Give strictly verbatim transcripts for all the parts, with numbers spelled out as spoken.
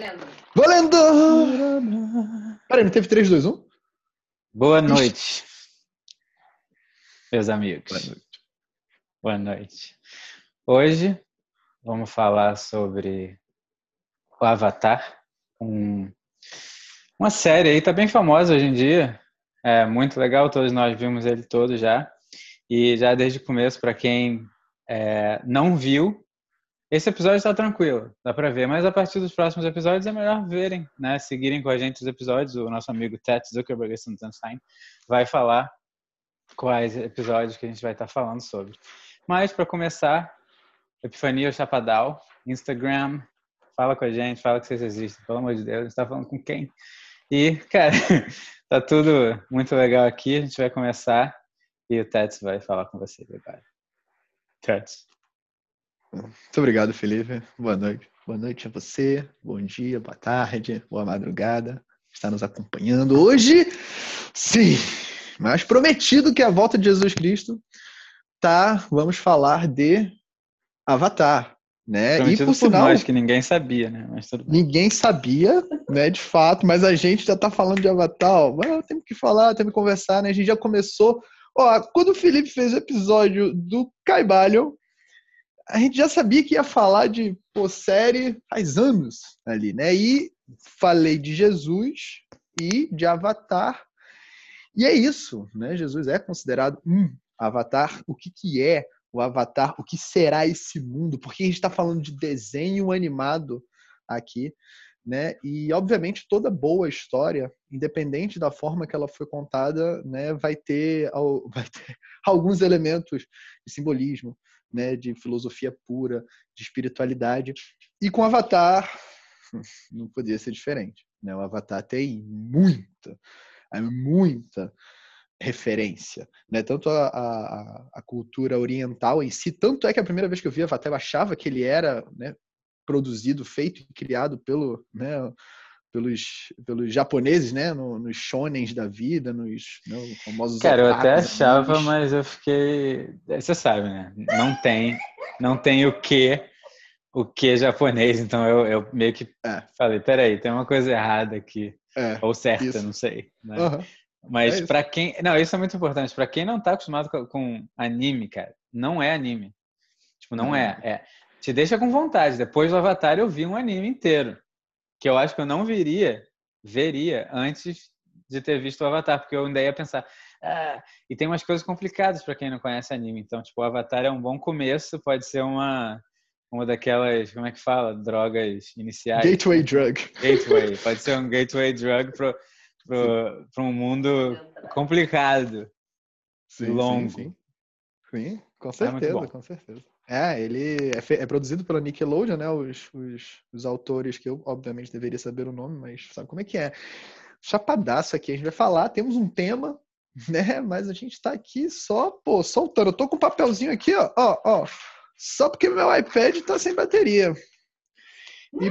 Valendo! Peraí, não teve três, dois, um? Boa noite, meus amigos. Boa noite. Boa noite. Hoje vamos falar sobre o Avatar, um, uma série aí, tá bem famosa hoje em dia. É muito legal, todos nós vimos ele todo já. E já desde o começo, para quem é, não viu, esse episódio está tranquilo, dá para ver. Mas a partir dos próximos episódios é melhor verem, né? Seguirem com a gente os episódios. O nosso amigo Ted Zuckerberg Sunstein vai falar quais episódios que a gente vai estar falando sobre. Mas, para começar, Epifania Chapadal, Instagram, fala com a gente, fala que vocês existem, pelo amor de Deus, a gente tá falando com quem? E, cara, tá tudo muito legal aqui, a gente vai começar e o Tats vai falar com vocês agora. Tats. Muito obrigado, Felipe. Boa noite. Boa noite a você, bom dia, boa tarde, boa madrugada, está nos acompanhando hoje. Sim, mas prometido que a volta de Jesus Cristo, tá, vamos falar de Avatar, né? Prometido e por, por sinal, nós, que ninguém sabia, né? Mas tudo bem. Ninguém sabia, né, de fato, mas a gente já tá falando de Avatar, ó, well, temos que falar, temos que conversar, né? A gente já começou, ó, quando o Felipe fez o episódio do Caibalion, a gente já sabia que ia falar de, pô, série faz anos ali, né? E falei de Jesus e de Avatar, e é isso, né? Jesus é considerado um Avatar. O que que é o Avatar? O que será esse mundo? Porque a gente está falando de desenho animado aqui, né? E obviamente toda boa história, independente da forma que ela foi contada, né, vai ter, vai ter alguns elementos de simbolismo, né, de filosofia pura, de espiritualidade. E com Avatar não podia ser diferente, né? O Avatar tem muita, muita referência, né? Tanto a, a, a cultura oriental em si, tanto é que a primeira vez que eu vi Avatar eu achava que ele era, né, produzido, feito e criado pelo, né, pelos, pelos japoneses, né, no, nos shonens da vida, nos, né, os famosos Cara, eu até otakus, achava, animes. mas eu fiquei... Você sabe, né? Não tem, não tem o que, o que japonês, então eu, eu meio que É, falei, peraí, tem uma coisa errada aqui, é, ou certa, isso. não sei, né? Uhum, é Mas isso. pra quem... Não, isso é muito importante. Pra quem não tá acostumado com, com anime, cara, não é anime. Tipo, não Não, é. não. É. Te deixa com vontade. Depois do Avatar eu vi um anime inteiro. Que eu acho que eu não viria, veria antes de ter visto o Avatar. Porque eu ainda ia pensar... Ah, e tem umas coisas complicadas pra quem não conhece anime. Então, tipo, o Avatar é um bom começo. Pode ser uma... Uma daquelas, como é que fala? Drogas iniciais. Gateway drug. Gateway. Pode ser um gateway drug pro, pro, pro um mundo complicado e Sim, sim, longo. sim. Sim, com É muito certeza, bom. com certeza. É, ele é, fe- é produzido pela Nickelodeon, né? Os, os, os autores que eu, obviamente, deveria saber o nome, mas sabe como é que é? Chapadaço aqui, a gente vai falar, temos um tema, né? Mas a gente tá aqui só, pô, soltando. Eu tô com um papelzinho aqui, ó, ó, ó. Só porque meu iPad tá sem bateria. E,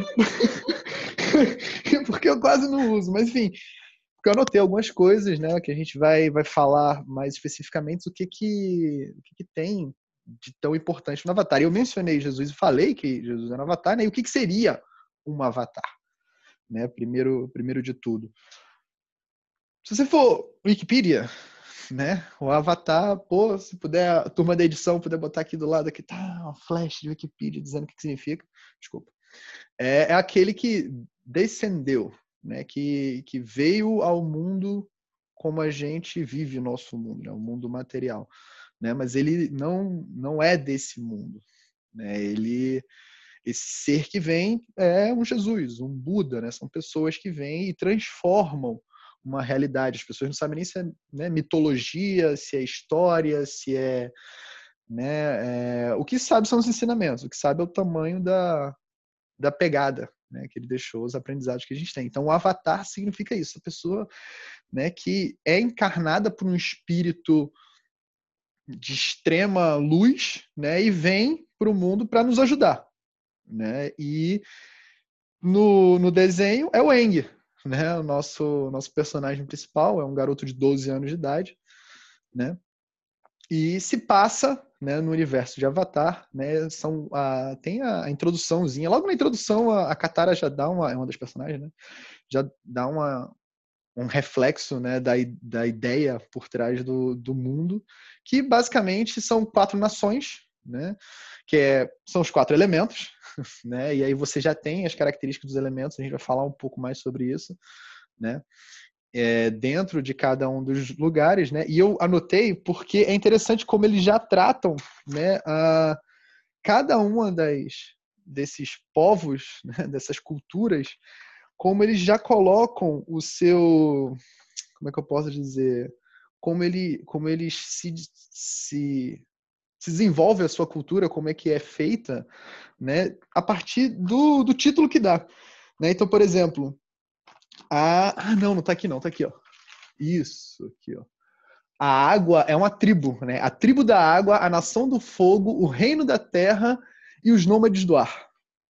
e porque eu quase não uso, mas enfim, porque eu anotei algumas coisas, né, que a gente vai, vai falar mais especificamente o que que, o que que tem de tão importante no Avatar. E eu mencionei Jesus e falei que Jesus era um Avatar, né, e o que que seria um Avatar, né, primeiro, primeiro de tudo. Se você for Wikipedia, né, o Avatar, pô, se puder, a turma da edição puder botar aqui do lado, aqui tá uma flash de Wikipedia dizendo o que que significa, desculpa, é, é aquele que descendeu, né, que, que veio ao mundo como a gente vive o nosso mundo, né, o mundo material, né, mas ele não, não é desse mundo, né, ele, esse ser que vem é um Jesus, um Buda, né, são pessoas que vêm e transformam uma realidade, as pessoas não sabem nem se é, né, mitologia, se é história, se é, né, é, o que sabe são os ensinamentos, o que sabe é o tamanho da, da pegada, né, que ele deixou, os aprendizados que a gente tem. Então, o Avatar significa isso, a pessoa, né, que é encarnada por um espírito de extrema luz, né, e vem para o mundo para nos ajudar, né? E no, no desenho é o Aang, né? O nosso nosso personagem principal é um garoto de doze anos de idade, né? E se passa, né, no universo de Avatar, né, são, a, tem a, a introduçãozinha. Logo na introdução, a, a Katara já dá uma, é uma das personagens, né, já dá uma, um reflexo, né, da, da ideia por trás do, do mundo, que basicamente são quatro nações, né, que é, são os quatro elementos, né, e aí você já tem as características dos elementos, a gente vai falar um pouco mais sobre isso, né, é, dentro de cada um dos lugares, né, e eu anotei porque é interessante como eles já tratam, né, a, cada uma das, desses povos, né, dessas culturas, como eles já colocam o seu, como é que eu posso dizer, como, ele, como eles se, se, se desenvolve a sua cultura, como é que é feita, né, a partir do, do título que dá. Né? Então, por exemplo, a... Ah, não, não tá aqui não, tá aqui, ó. Isso, aqui, ó. A água é uma tribo, né? A tribo da água, a nação do fogo, o reino da terra e os nômades do ar.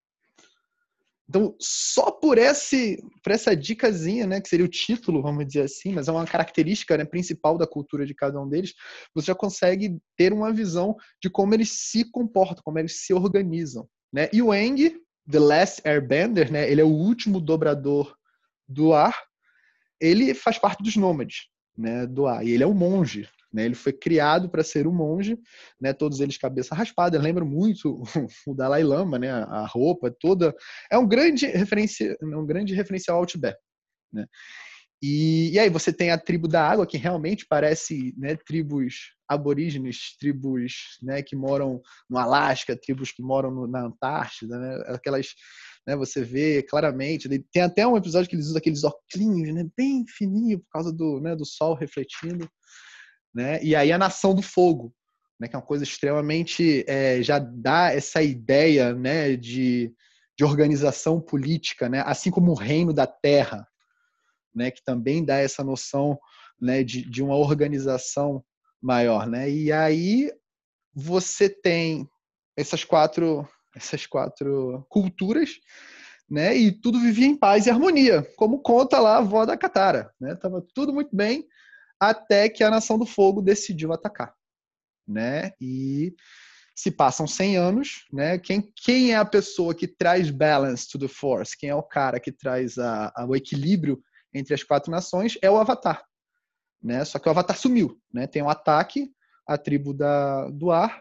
Então, só por, esse, por essa dicasinha, né, que seria o título, vamos dizer assim, mas é uma característica, né, principal da cultura de cada um deles, você já consegue ter uma visão de como eles se comportam, como eles se organizam. Né? E o Aang, The Last Airbender, né, ele é o último dobrador do ar, ele faz parte dos nômades, né, do ar, e ele é um monge. Né, ele foi criado para ser um monge, né, todos eles cabeça raspada, lembram muito o Dalai Lama, né, a roupa toda, é um grande, referência, um grande referencial ao Tibete. Né. E, e aí você tem a tribo da água, que realmente parece, né, tribos aborígenes, tribos, né, que moram no Alasca, tribos que moram no, na Antártida, né, aquelas, né, você vê claramente, tem até um episódio que eles usam aqueles óculos, né, bem fininho por causa do, né, do sol refletindo. Né? E aí a Nação do Fogo, né? Que é uma coisa extremamente, é, já dá essa ideia, né, de, de organização política, né? Assim como o Reino da Terra, né, que também dá essa noção, né, de, de uma organização maior. Né? E aí você tem essas quatro, essas quatro culturas, né, e tudo vivia em paz e harmonia, como conta lá a avó da Katara. Né? Tava tudo muito bem, até que a Nação do Fogo decidiu atacar, né? E se passam cem anos, né? Quem, quem é a pessoa que traz balance to the force? Quem é o cara que traz a, a, o equilíbrio entre as quatro nações? É o Avatar, né? Só que o Avatar sumiu, né? Tem um ataque à tribo da, do ar,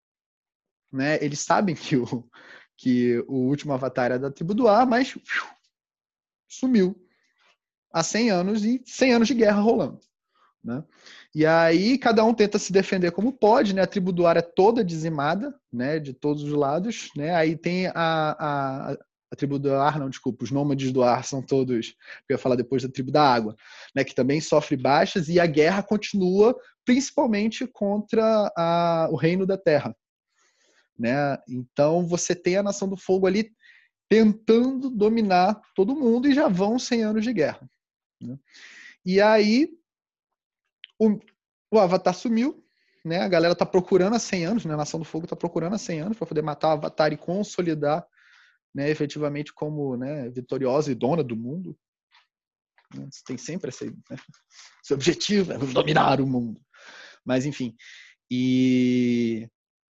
né? Eles sabem que o, que o último Avatar é da tribo do ar, mas sumiu há cem anos e cem anos de guerra rolando. Né? E aí cada um tenta se defender como pode, né? A tribo do ar é toda dizimada, né? De todos os lados, né? Aí tem a, a, a tribo do ar, não, desculpa, os nômades do ar são todos, eu ia falar depois da tribo da água, né? Que também sofre baixas e a guerra continua principalmente contra a, o reino da terra, né? Então você tem a Nação do Fogo ali tentando dominar todo mundo e já vão cem anos de guerra, né? E aí O, o Avatar sumiu, né? A galera tá procurando há cem anos, né? A Nação do Fogo tá procurando há cem anos para poder matar o Avatar e consolidar, né, efetivamente como, né, vitoriosa e dona do mundo. Né? Tem sempre esse, né, esse objetivo, é dominar o mundo. Mas, enfim. E...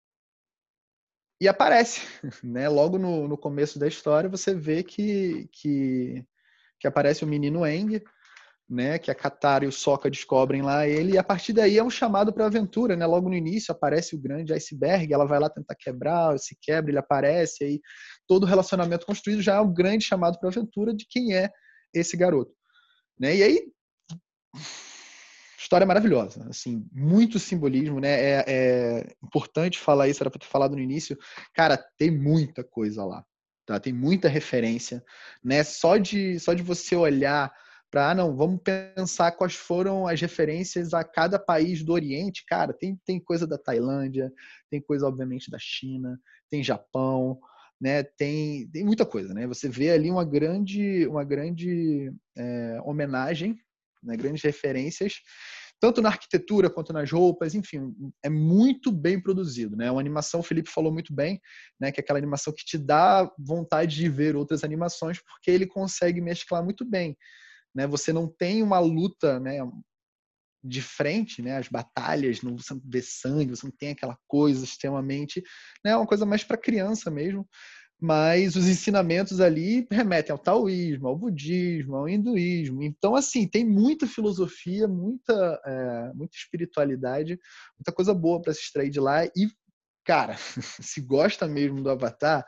E aparece, né? Logo no, no começo da história, você vê que, que, que aparece o menino Aang, né, que a Katara e o Sokka descobrem lá ele, e a partir daí é um chamado para aventura, né? Logo no início aparece o grande iceberg, ela vai lá tentar quebrar, se quebra, ele aparece, aí todo o relacionamento construído já é um grande chamado para aventura de quem é esse garoto, né? E aí história maravilhosa, assim, muito simbolismo, né? É, é importante falar isso, era para ter falado no início. Cara, tem muita coisa lá, tá? Tem muita referência, né? Só de só de você olhar para, ah, não, vamos pensar quais foram as referências a cada país do Oriente. Cara, tem, tem coisa da Tailândia, tem coisa, obviamente, da China, tem Japão, né? Tem, tem muita coisa, né? Você vê ali uma grande, uma grande é, homenagem, né? Grandes referências, tanto na arquitetura quanto nas roupas, enfim, é muito bem produzido, né? Uma animação, o Felipe falou muito bem, né? Que é aquela animação que te dá vontade de ver outras animações, porque ele consegue mesclar muito bem. Né? Você não tem uma luta, né, de frente, né? As batalhas, não, você não vê sangue, você não tem aquela coisa extremamente, né? É uma coisa mais para criança mesmo. Mas os ensinamentos ali remetem ao taoísmo, ao budismo, ao hinduísmo. Então, assim, tem muita filosofia, muita, é, muita espiritualidade, muita coisa boa para se extrair de lá. E, cara, se gosta mesmo do Avatar,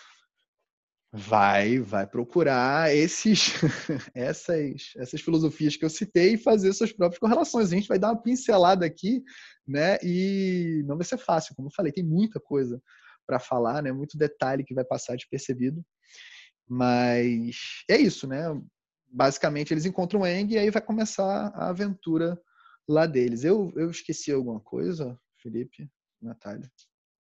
vai, vai procurar esses, essas, essas filosofias que eu citei e fazer suas próprias correlações. A gente vai dar uma pincelada aqui, né? E não vai ser fácil, como eu falei, tem muita coisa para falar, né? Muito detalhe que vai passar despercebido. Mas é isso, né? Basicamente, eles encontram o Aang e aí vai começar a aventura lá deles. Eu, eu esqueci alguma coisa, Felipe, Natália?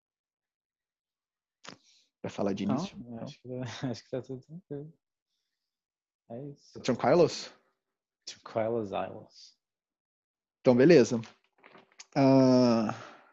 Para falar de Não, início? Não. acho que, acho que tá tudo tranquilo. É isso. Tranquilos? Tranquilos Isles. Então, beleza. Uh...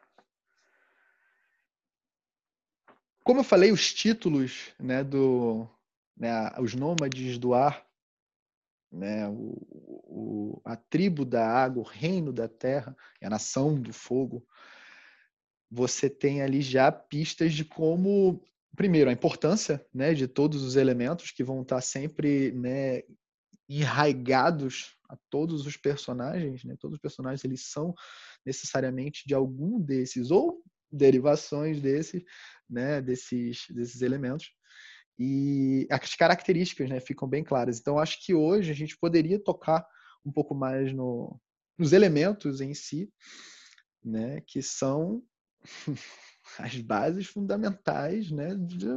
Como eu falei, os títulos, né, do, né, os nômades do ar, né, o, o, a tribo da água, o reino da terra, a nação do fogo, você tem ali já pistas de como, primeiro, a importância, né, de todos os elementos que vão estar sempre, né, enraigados a todos os personagens, né? Todos os personagens eles são necessariamente de algum desses ou derivações desses, né? Desses desses elementos. E as características, né, ficam bem claras. Então, acho que hoje a gente poderia tocar um pouco mais no, nos elementos em si, né, que são as bases fundamentais, né, de,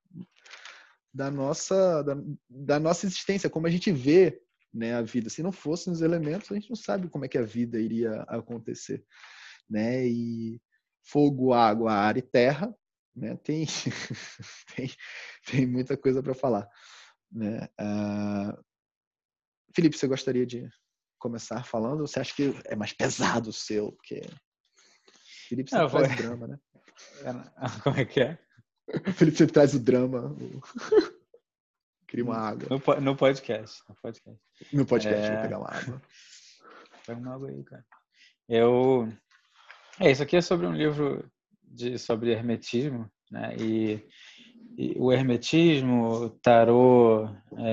da nossa da, da nossa existência, como a gente vê, né, a vida. Se não fossem os elementos, a gente não sabe como é que a vida iria acontecer, né? E fogo, água, ar e terra, né? Tem tem, tem muita coisa para falar, né? Uh... Felipe, você gostaria de começar falando? Ou você acha que é mais pesado o seu? Porque Felipe sempre Não, foi... traz o drama, né? Como é que é? Felipe sempre traz o drama. Queria uma água. No, no podcast. No podcast. No podcast, É... vou pegar uma água. Pega uma água aí, cara. Eu... É, isso aqui é sobre um livro de, sobre hermetismo, né? E, e o hermetismo, o tarô,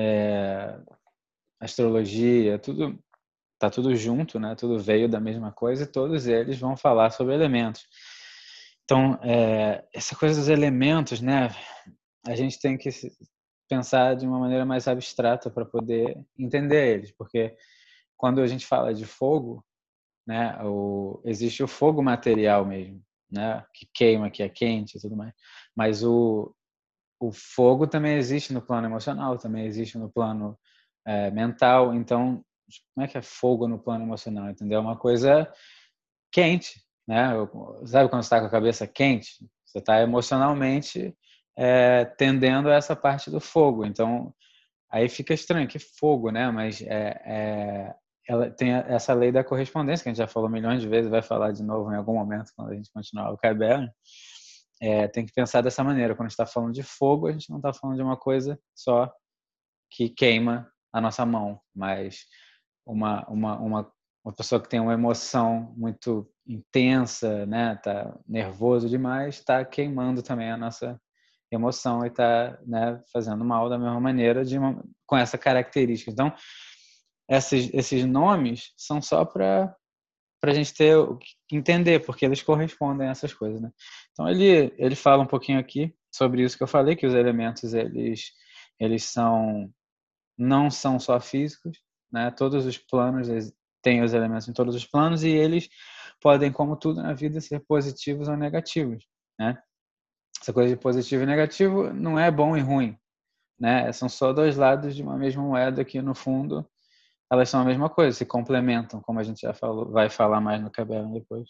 é, astrologia, tudo tá tudo junto, né? Tudo veio da mesma coisa e todos eles vão falar sobre elementos. Então, é, essa coisa dos elementos, né? A gente tem que pensar de uma maneira mais abstrata para poder entender eles, porque quando a gente fala de fogo, né, o, existe o fogo material mesmo, né, que queima, que é quente e tudo mais, mas o, o fogo também existe no plano emocional, também existe no plano é, mental. Então, como é que é fogo no plano emocional, entendeu? É uma coisa quente, né? Sabe quando você está com a cabeça quente? Você está emocionalmente é, tendendo a essa parte do fogo. Então, aí fica estranho, que fogo, né? Mas é, é, ela tem essa lei da correspondência, que a gente já falou milhões de vezes, vai falar de novo em algum momento, quando a gente continuar o caderno. É, tem que pensar dessa maneira. Quando a gente está falando de fogo, a gente não está falando de uma coisa só que queima a nossa mão, mas uma, uma, uma, uma pessoa que tem uma emoção muito intensa, né, tá nervoso demais, está queimando também a nossa emoção e está, né, fazendo mal da mesma maneira, de uma, com essa característica. Então, esses, esses nomes são só para para a gente ter entender, porque eles correspondem a essas coisas, né? Então ele ele fala um pouquinho aqui sobre isso que eu falei, que os elementos eles eles são não são só físicos, né? Todos os planos têm os elementos em todos os planos e eles podem, como tudo na vida, ser positivos ou negativos, né? Essa coisa de positivo e negativo não é bom e ruim, né? São só dois lados de uma mesma moeda que no fundo elas são a mesma coisa, se complementam, como a gente já falou, vai falar mais no cabelo depois.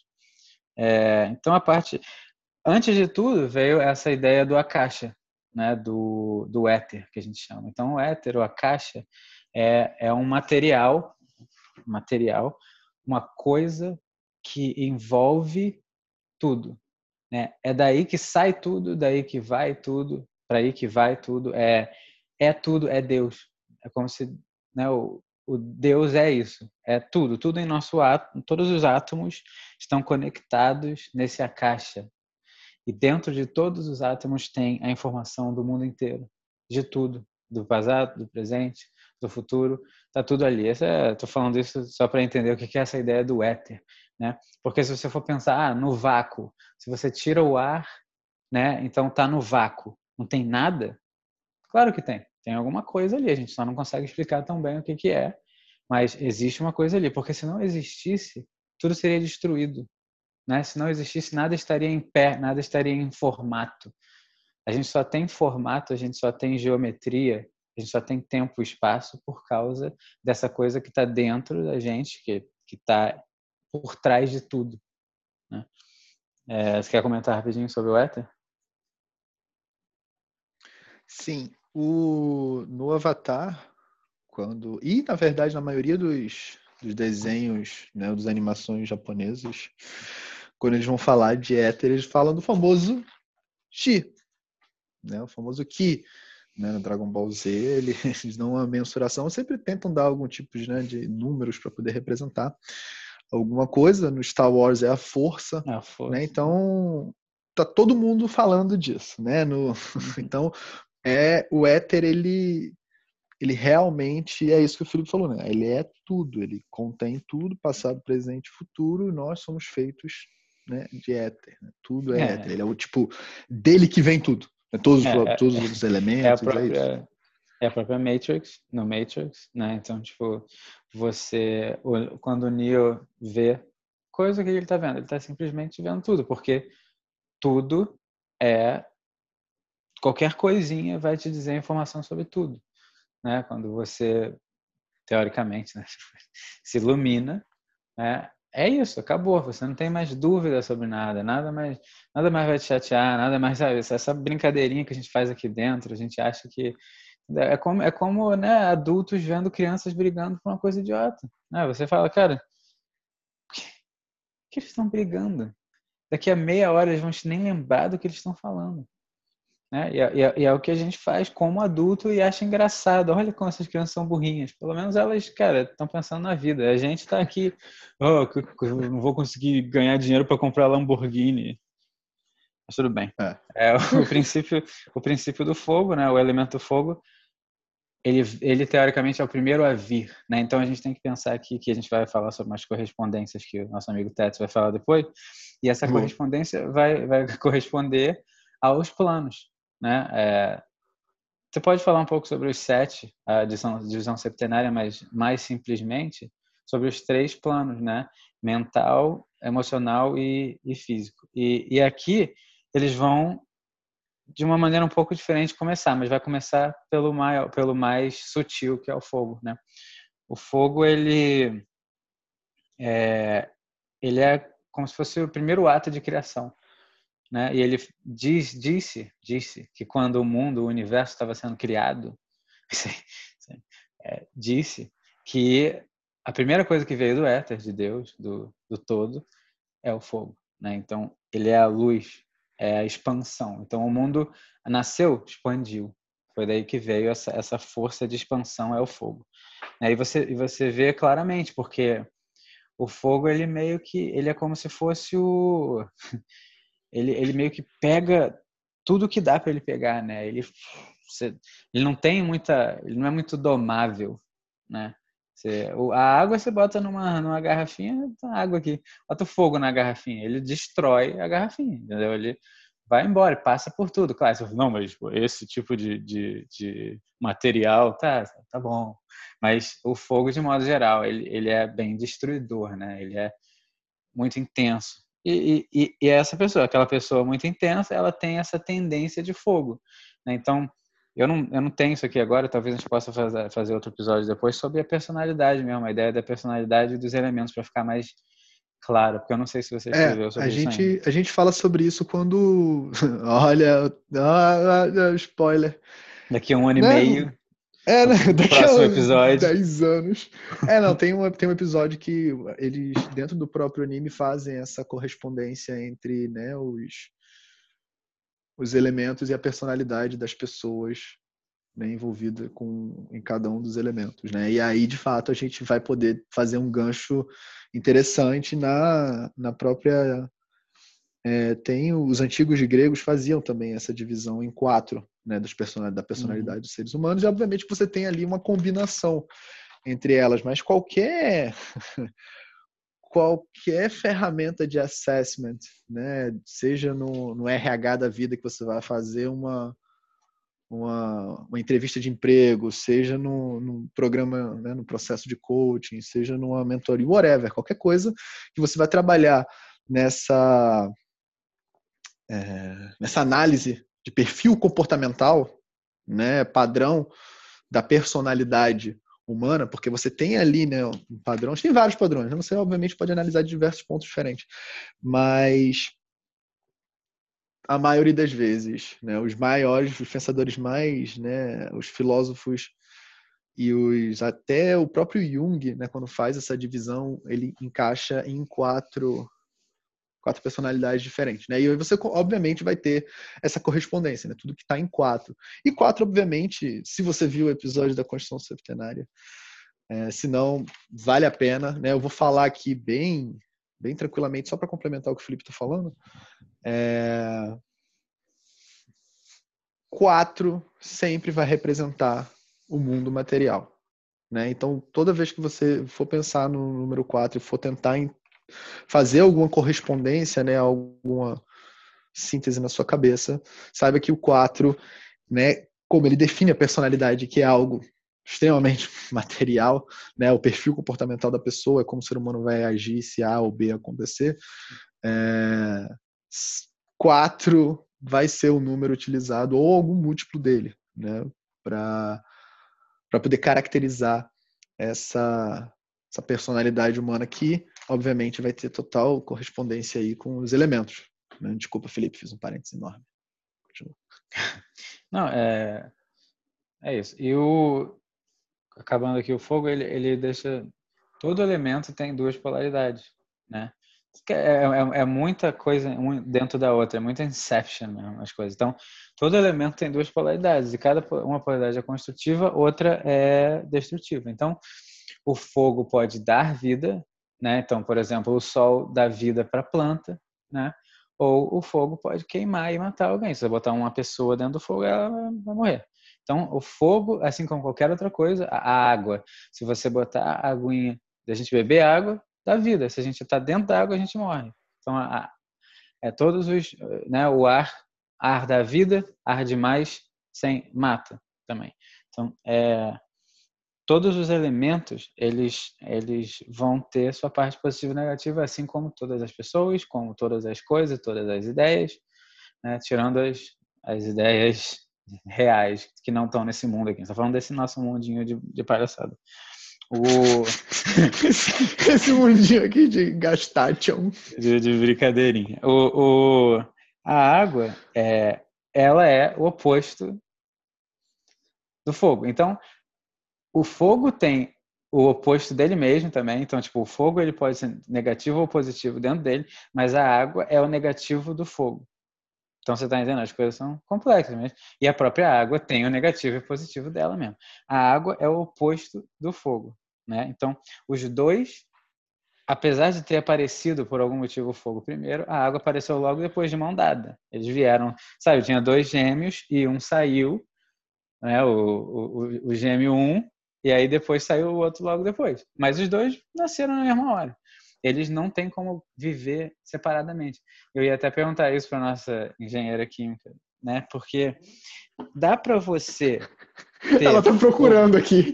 É, então a parte, antes de tudo, veio essa ideia do akasha, né, do, do éter, que a gente chama. Então o éter, o akasha, é, é um material, material, uma coisa que envolve tudo, né? É daí que sai tudo, daí que vai tudo, para aí que vai tudo, é, é tudo, é Deus. É como se, né, o, o Deus é isso, é tudo, tudo em nosso átomo, todos os átomos estão conectados nesse caixa. E dentro de todos os átomos tem a informação do mundo inteiro, de tudo, do passado, do presente, do futuro, está tudo ali. Estou falando isso só para entender o que é essa ideia do éter, né? Porque se você for pensar ah, no vácuo, se você tira o ar, né? Então está no vácuo, não tem nada? Claro que tem, tem alguma coisa ali, a gente só não consegue explicar tão bem o que, que é, mas existe uma coisa ali, porque se não existisse, tudo seria destruído. Né? Se não existisse, nada estaria em pé, nada estaria em formato. A gente só tem formato, a gente só tem geometria, a gente só tem tempo e espaço por causa dessa coisa que está dentro da gente, que está por trás de tudo. Né? É, você quer comentar rapidinho sobre o éter? Sim. O, no Avatar, quando e na verdade na maioria dos, dos desenhos, né, das animações japonesas, quando eles vão falar de éter, eles falam do famoso Chi, né, o famoso Ki, né, no Dragon Ball Z, eles dão uma mensuração, sempre tentam dar algum tipo de, né, de números para poder representar alguma coisa. No Star Wars é a força, É a força. né? Então tá todo mundo falando disso, né? No, uhum. Então é o éter, ele ele realmente é isso que o Felipe falou, né? Ele é tudo, ele contém tudo, passado, presente e futuro, e nós somos feitos, né, de éter, né? Tudo é, é éter, ele é o tipo dele que vem tudo, né? Todos, é, todos é, os é elementos, a própria, é isso. É a própria Matrix, no Matrix, né? Então, tipo, você, quando o Neo vê coisa, o que ele tá vendo? Ele tá simplesmente vendo tudo, porque tudo é, qualquer coisinha vai te dizer informação sobre tudo, né? Quando você, teoricamente, né, se ilumina, né? É isso, acabou. Você não tem mais dúvida sobre nada, nada mais, nada mais vai te chatear, nada mais, sabe? Essa brincadeirinha que a gente faz aqui dentro, a gente acha que é como, é como né, adultos vendo crianças brigando por uma coisa idiota. Né? Você fala, cara, por que, por que eles estão brigando? Daqui a meia hora eles vão nem lembrar do que eles estão falando. Né? E, é, e é o que a gente faz como adulto e acha engraçado. Olha como essas crianças são burrinhas. Pelo menos elas, cara, estão pensando na vida. A gente está aqui, oh, eu não vou conseguir ganhar dinheiro para comprar Lamborghini. Mas tudo bem. É. É o princípio, o princípio do fogo, né? O elemento fogo. Ele, ele teoricamente é o primeiro a vir, né? Então a gente tem que pensar aqui que a gente vai falar sobre umas correspondências que o nosso amigo Teto vai falar depois, e essa Bom. correspondência vai, vai corresponder aos planos, né? É, você pode falar um pouco sobre os sete, a divisão, divisão septenária, mas mais simplesmente sobre os três planos, né? Mental, emocional e, e físico. E, e aqui eles vão de uma maneira um pouco diferente começar, mas vai começar pelo mais, pelo mais sutil, que é o fogo, né? O fogo, ele é, ele é como se fosse o primeiro ato de criação, né? E ele diz, disse, disse que quando o mundo, o universo estava sendo criado, é, disse que a primeira coisa que veio do éter, de Deus, do, do todo, é o fogo, né? Então, ele é a luz, é a expansão. Então, o mundo nasceu, expandiu. Foi daí que veio essa, essa força de expansão, é o fogo. E você, e você vê claramente, porque o fogo, ele meio que, ele é como se fosse o... Ele, ele meio que pega tudo que dá para ele pegar, né? Ele, você, ele não tem muita... Ele não é muito domável, né? Você, a água você bota numa, numa garrafinha, tá água aqui. Bota o fogo na garrafinha, ele destrói a garrafinha, entendeu? Ele vai embora, passa por tudo. Claro, você fala, não, mas esse tipo de, de, de material, tá, tá bom. Mas o fogo, de modo geral, ele, ele é bem destruidor, né? Ele é muito intenso. E, e, e essa pessoa, aquela pessoa muito intensa, ela tem essa tendência de fogo, né? Então, eu não, eu não tenho isso aqui agora, talvez a gente possa fazer, fazer outro episódio depois sobre a personalidade mesmo, a ideia da personalidade e dos elementos para ficar mais claro, porque eu não sei se você É, escreveu a sobre isso ainda. gente, a gente fala sobre isso quando... Olha, ah, ah, spoiler. Daqui a um ano e Né? meio, É, né? no Daqui a próximo uns episódio. dez anos. É, não, tem um, tem um episódio que eles, dentro do próprio anime, fazem essa correspondência entre, né, os, os elementos e a personalidade das pessoas né, envolvida com, em cada um dos elementos, né? E aí, de fato, a gente vai poder fazer um gancho interessante na, na própria... É, tem os antigos gregos faziam também essa divisão em quatro, né, dos person da personalidade Uhum. dos seres humanos, e obviamente você tem ali uma combinação entre elas, mas qualquer qualquer ferramenta de assessment, né, seja no, no R H da vida que você vai fazer uma uma, uma entrevista de emprego, seja no, no programa, né, no processo de coaching, seja numa mentoria, whatever, qualquer coisa que você vai trabalhar nessa é, nessa análise de perfil comportamental, né, padrão da personalidade humana, porque você tem ali, né, um padrão, tem vários padrões, né? Você obviamente pode analisar de diversos pontos diferentes, mas a maioria das vezes, né, os maiores, os pensadores mais, né, os filósofos e os até o próprio Jung, né, quando faz essa divisão, ele encaixa em quatro quatro personalidades diferentes, né? E aí você, obviamente, vai ter essa correspondência, né? Tudo que está em quatro. E quatro, obviamente, se você viu o episódio da Constituição Septenária, é, se não, vale a pena, né? Eu vou falar aqui bem, bem tranquilamente, só para complementar o que o Felipe está falando. É... Quatro sempre vai representar o mundo material, né? Então, toda vez que você for pensar no número quatro e for tentar fazer alguma correspondência, né, alguma síntese na sua cabeça, saiba que o quatro, né, como ele define a personalidade, que é algo extremamente material, né, o perfil comportamental da pessoa, como o ser humano vai agir se A ou B acontecer, é, quatro vai ser o número utilizado, ou algum múltiplo dele, né, para para poder caracterizar essa essa personalidade humana que, obviamente, vai ter total correspondência aí com os elementos. Né? Desculpa, Felipe, fiz um parênteses enorme. Continua. Não, é, é isso. E o, acabando aqui, o fogo, ele, ele deixa... Todo elemento tem duas polaridades, né? É, é, é muita coisa um dentro da outra, é muita inception mesmo, as coisas. Então, todo elemento tem duas polaridades, e cada uma polaridade é construtiva, outra é destrutiva. Então, o fogo pode dar vida, né? Então, por exemplo, o sol dá vida para a planta, né? Ou o fogo pode queimar e matar alguém. Se você botar uma pessoa dentro do fogo, ela vai morrer. Então, o fogo, assim como qualquer outra coisa, a água, se você botar a aguinha da gente beber água, dá vida. Se a gente está dentro da água, a gente morre. Então, a, é todos os, né? O ar, ar da vida, ar demais, sem mata também. Então, é, todos os elementos, eles, eles vão ter sua parte positiva e negativa, assim como todas as pessoas, como todas as coisas, todas as ideias, né? Tirando as, as ideias reais que não estão nesse mundo aqui. A gente está falando desse nosso mundinho de, de palhaçada. O... esse, esse mundinho aqui de Gastation. De, de brincadeirinha. O, o, a água, é, ela é o oposto do fogo. Então, o fogo tem o oposto dele mesmo também. Então, tipo, o fogo ele pode ser negativo ou positivo dentro dele, mas a água é o negativo do fogo. Então, você está entendendo? As coisas são complexas mesmo. E a própria água tem o negativo e o positivo dela mesmo. A água é o oposto do fogo, né? Então, os dois, apesar de ter aparecido por algum motivo o fogo primeiro, a água apareceu logo depois de mão dada. Eles vieram, sabe, tinha dois gêmeos e um saiu, né, o, o, o gêmeo um, e aí depois saiu o outro logo depois. Mas os dois nasceram na mesma hora. Eles não têm como viver separadamente. Eu ia até perguntar isso para nossa engenheira química, né? Porque dá para você ter Ela tá procurando fogo, aqui.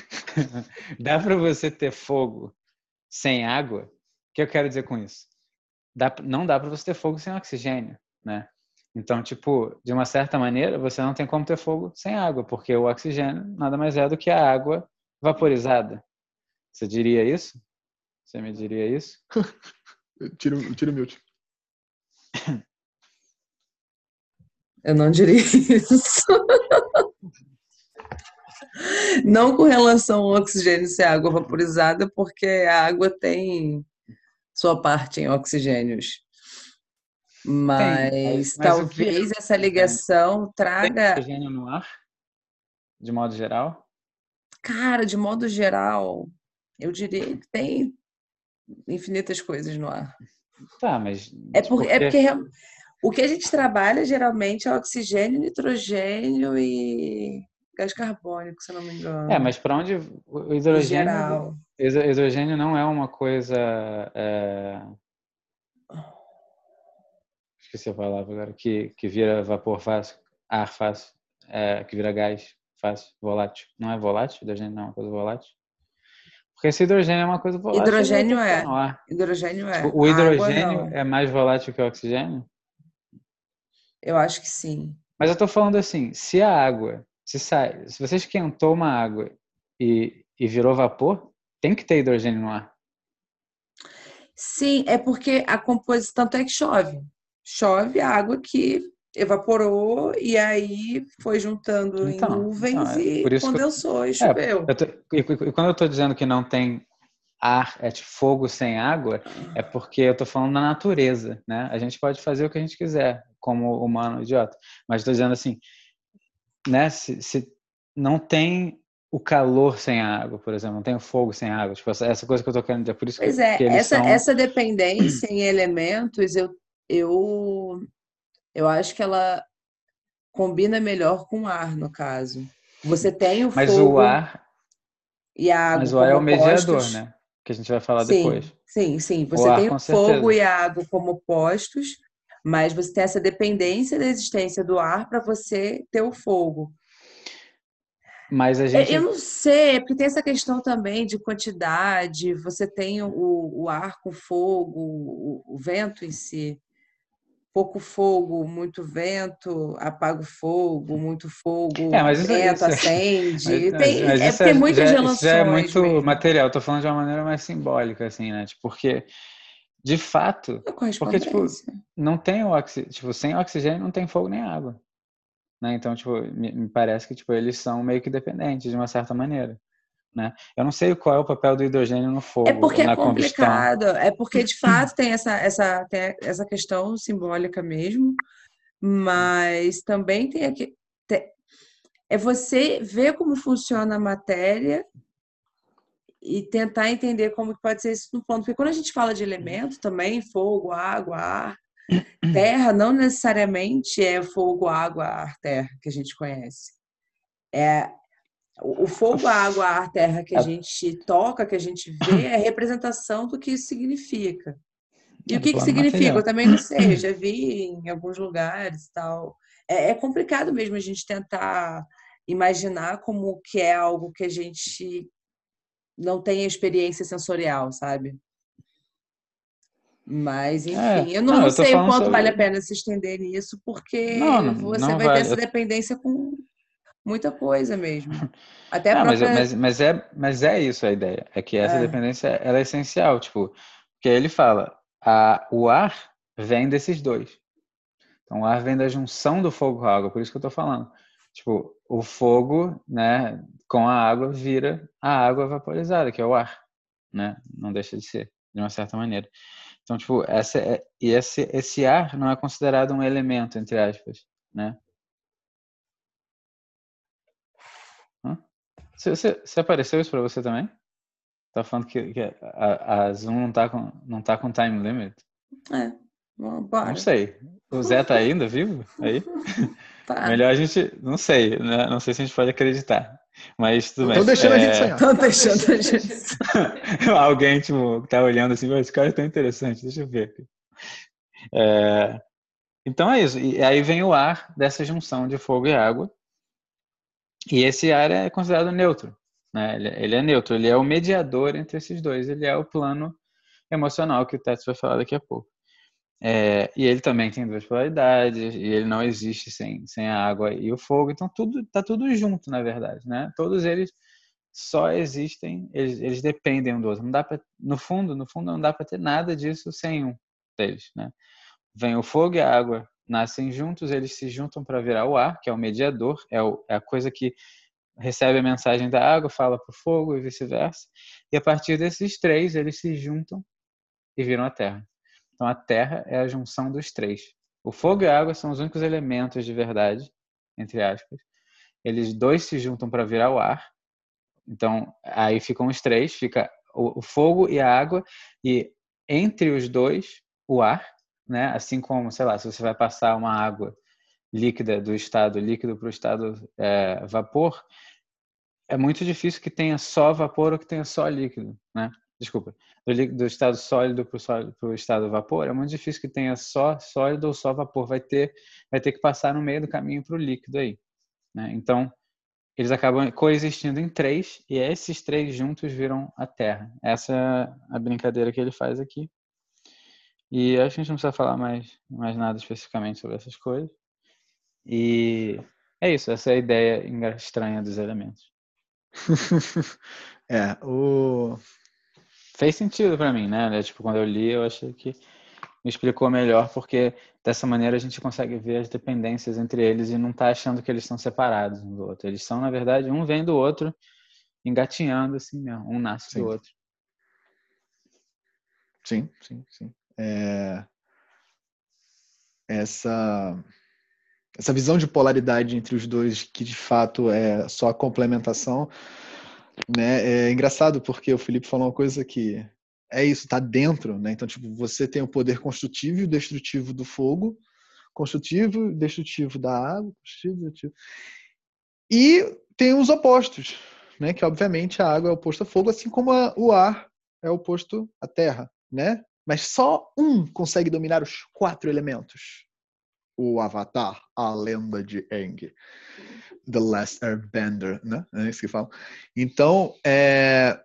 dá para você ter fogo sem água? O que eu quero dizer com isso? Dá, não dá para você ter fogo sem oxigênio, né? Então, tipo, de uma certa maneira, você não tem como ter fogo sem água, porque o oxigênio nada mais é do que a água vaporizada. Você diria isso? Você me diria isso? Tira, tira o mute. Eu não diria isso. Não com relação ao oxigênio ser água vaporizada, porque a água tem sua parte em oxigênios. Tem, mas, Mas mas o que é talvez essa oxigênio? ligação Tem traga. oxigênio no ar? de modo geral? Cara, de modo geral, eu diria que tem infinitas coisas no ar. Tá, mas É, por, é porque... porque real- o que a gente trabalha geralmente é oxigênio, nitrogênio e gás carbônico, se eu não me É, engano, mas para onde o em hidrogênio, geral. hidro- hidrogênio não é uma coisa, é, esqueci a palavra agora, que, que vira vapor fácil, ar fácil, é, que vira gás fácil, volátil. Não é volátil? Hidrogênio não é uma coisa volátil? Porque esse hidrogênio é uma coisa volátil, ele vai ter Hidrogênio que estar é. no ar. Hidrogênio Tipo, é. o A água hidrogênio não. é mais volátil que o oxigênio? Eu acho que sim. Mas eu tô falando assim, se a água, se sai, se você esquentou uma água e, e virou vapor, tem que ter hidrogênio no ar. Sim, é porque a composição, tanto é que chove. Chove a água que evaporou e aí foi juntando em Então, então nuvens é e por isso que eu, condensou e é, choveu. eu tô, e, e quando eu estou dizendo que não tem ar, é tipo fogo sem água, é porque eu estou falando da natureza, né? A gente pode fazer o que a gente quiser, como humano idiota, mas estou dizendo assim, né? Se, se não tem o calor sem a água, por exemplo, não tem o fogo sem água, tipo, essa, essa coisa que eu estou querendo dizer, por isso que, Pois é, que eles essa, são. essa dependência em elementos, eu, eu, eu acho que ela combina melhor com o ar, no caso. Você tem o Mas o fogo ar, e a mas água o ar é como o mediador, opostos. né? Que a gente vai falar Sim, depois. sim, sim. O Você ar, tem o com fogo certeza. e a água como opostos, mas você tem essa dependência da existência do ar para você ter o fogo. Mas a É, eu gente. não sei, é porque tem essa questão também de quantidade. Você tem o, o ar com fogo, o, o vento em si. Pouco fogo, muito vento, apaga o fogo, muito fogo, É, mas isso, vento, isso, é, mas, acende. mas, Tem, mas é isso, porque tem é, muitas já, isso já é relações muito mesmo. material. Estou falando de uma maneira mais simbólica, assim, né? Tipo, porque, de fato, A porque, tipo, correspondência. não tem o oxigênio, tipo, sem oxigênio não tem fogo nem água, né? Então, tipo, me, me parece que, tipo, eles são meio que dependentes de uma certa maneira, né? Eu não sei qual é o papel do hidrogênio no É fogo porque ou é na combustão. complicado, é porque de fato tem essa, essa, tem essa questão simbólica mesmo, mas também tem aqui, te- é você ver como funciona a matéria e tentar entender como que pode ser isso no ponto. Porque quando a gente fala de elemento também, fogo, água, ar, terra, não necessariamente é fogo, água, ar, terra que a gente conhece. O o fogo, a água, a ar, terra que a É, gente toca, que a gente vê, é representação do que isso significa. E é o do que que plano significa? Eu material. também não sei, eu já vi em alguns lugares e tal. É, é complicado mesmo a gente tentar imaginar como que é algo que a gente não tem experiência sensorial, sabe? Mas, É, enfim, eu não, não, não eu tô sei o falando quanto vale a sobre. pena se estender nisso, Não, porque não, você não vai ter vale. essa Eu dependência com muita coisa mesmo. Até a Não, mas, própria. mas, mas, é, mas é isso a ideia. É que essa É, dependência ela é essencial. Tipo, porque ele fala, a, o ar vem desses dois. Então, o ar vem da junção do fogo com a água. Por isso que eu estou falando. Tipo, o fogo, né, com a água vira a água vaporizada, que é o ar, né? Não deixa de ser, de uma certa maneira. Então, tipo, essa é, e esse, esse ar não é considerado um elemento, entre aspas, né? Hã? Se, se, se apareceu isso para você também? Tá falando que, que a, a Zoom não tá com, não tá com time limit? é, vamos Não embora. sei. O Zé tá ainda vivo? Aí? Tá. Melhor a gente. Não sei, né? Não sei se a gente pode acreditar. Mas tudo Estão bem. deixando a gente É... sonhar. Estão deixando a gente. Alguém, tipo, tá olhando assim, esse cara é tão interessante, deixa eu ver. É... Então é isso. E aí vem o ar dessa junção de fogo e água. E esse ar é considerado neutro. Né? Ele, ele é neutro, ele é o mediador entre esses dois. Ele é o plano emocional que o Tets vai falar daqui a pouco. É, e ele também tem duas polaridades, e ele não existe sem, sem a água e o fogo, então tudo tá tudo junto, na verdade, né? Todos eles só existem, eles, eles dependem um do outro. Não dá pra, no fundo, no fundo não dá para ter nada disso sem um deles, né? Vem o fogo e a água, nascem juntos, eles se juntam para virar o ar, que é o mediador, é, o, é a coisa que recebe a mensagem da água, fala para o fogo e vice-versa. E a partir desses três, eles se juntam e viram a Terra. Então a Terra é a junção dos três. O fogo e a água são os únicos elementos de verdade, entre aspas, eles dois se juntam para virar o ar. Então, aí ficam os três, fica o, o fogo e a água, e entre os dois, o ar, né? Assim como, sei lá, se você vai passar uma água líquida do estado líquido para o estado é, vapor, é muito difícil que tenha só vapor ou que tenha só líquido, né? Desculpa, do, líquido, do estado sólido para o estado vapor, é muito difícil que tenha só sólido ou só vapor, vai ter, vai ter que passar no meio do caminho para o líquido aí, né? Então, eles acabam coexistindo em três, e esses três juntos viram a Terra. Essa é a brincadeira que ele faz aqui. E acho que a gente não precisa falar mais, mais nada especificamente sobre essas coisas. E é isso, essa é a ideia estranha dos elementos. É, o... Fez sentido pra mim, né? Tipo, quando eu li, eu achei que me explicou melhor, porque dessa maneira a gente consegue ver as dependências entre eles e não tá achando que eles são separados um do outro. Eles são, na verdade, um vem do outro, engatinhando assim mesmo, um nasce Sim. do outro. Sim, sim, sim. É... Essa... Essa visão de polaridade entre os dois, que de fato é só a complementação, né? É engraçado porque o Felipe falou uma coisa que é isso, tá dentro, né? Então, tipo, você tem o poder construtivo e o destrutivo do fogo, construtivo e destrutivo da água, construtivo e destrutivo. E tem os opostos, né? Que obviamente a água é oposta ao fogo, assim como a, o ar é oposto à terra, né? Mas só um consegue dominar os quatro elementos. O Avatar, a lenda de Aang. The Last Airbender, né? É isso que falam. Então, é...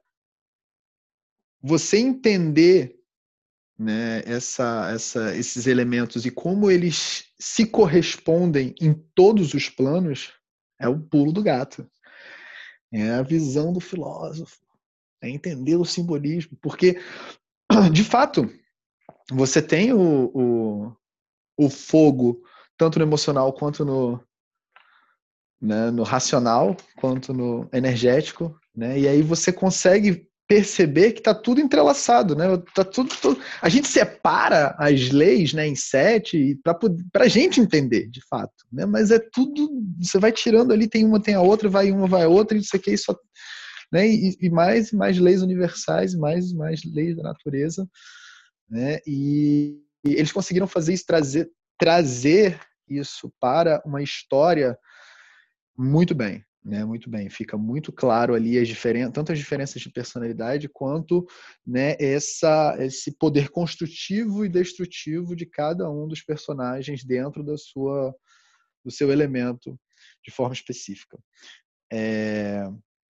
você entender, né, essa, essa, esses elementos e como eles se correspondem em todos os planos é o pulo do gato. É a visão do filósofo. É entender o simbolismo. Porque, de fato, você tem o, o, o fogo, tanto no emocional quanto no, né, no racional, quanto no energético, né? E aí você consegue perceber que está tudo entrelaçado, né? Tá tudo, tudo... A gente separa as leis, né, em sete para a gente entender, de fato, né? Mas é tudo, você vai tirando ali, tem uma, tem a outra, vai uma, vai a outra, e isso aqui só, né? E, e mais, mais leis universais, mais, mais leis da natureza, né? E, e eles conseguiram fazer isso, trazer, trazer isso para uma história muito bem, né? Muito bem. Fica muito claro ali as diferenças, tanto as diferenças de personalidade quanto, né, essa, esse poder construtivo e destrutivo de cada um dos personagens dentro da sua, do seu elemento de forma específica. É...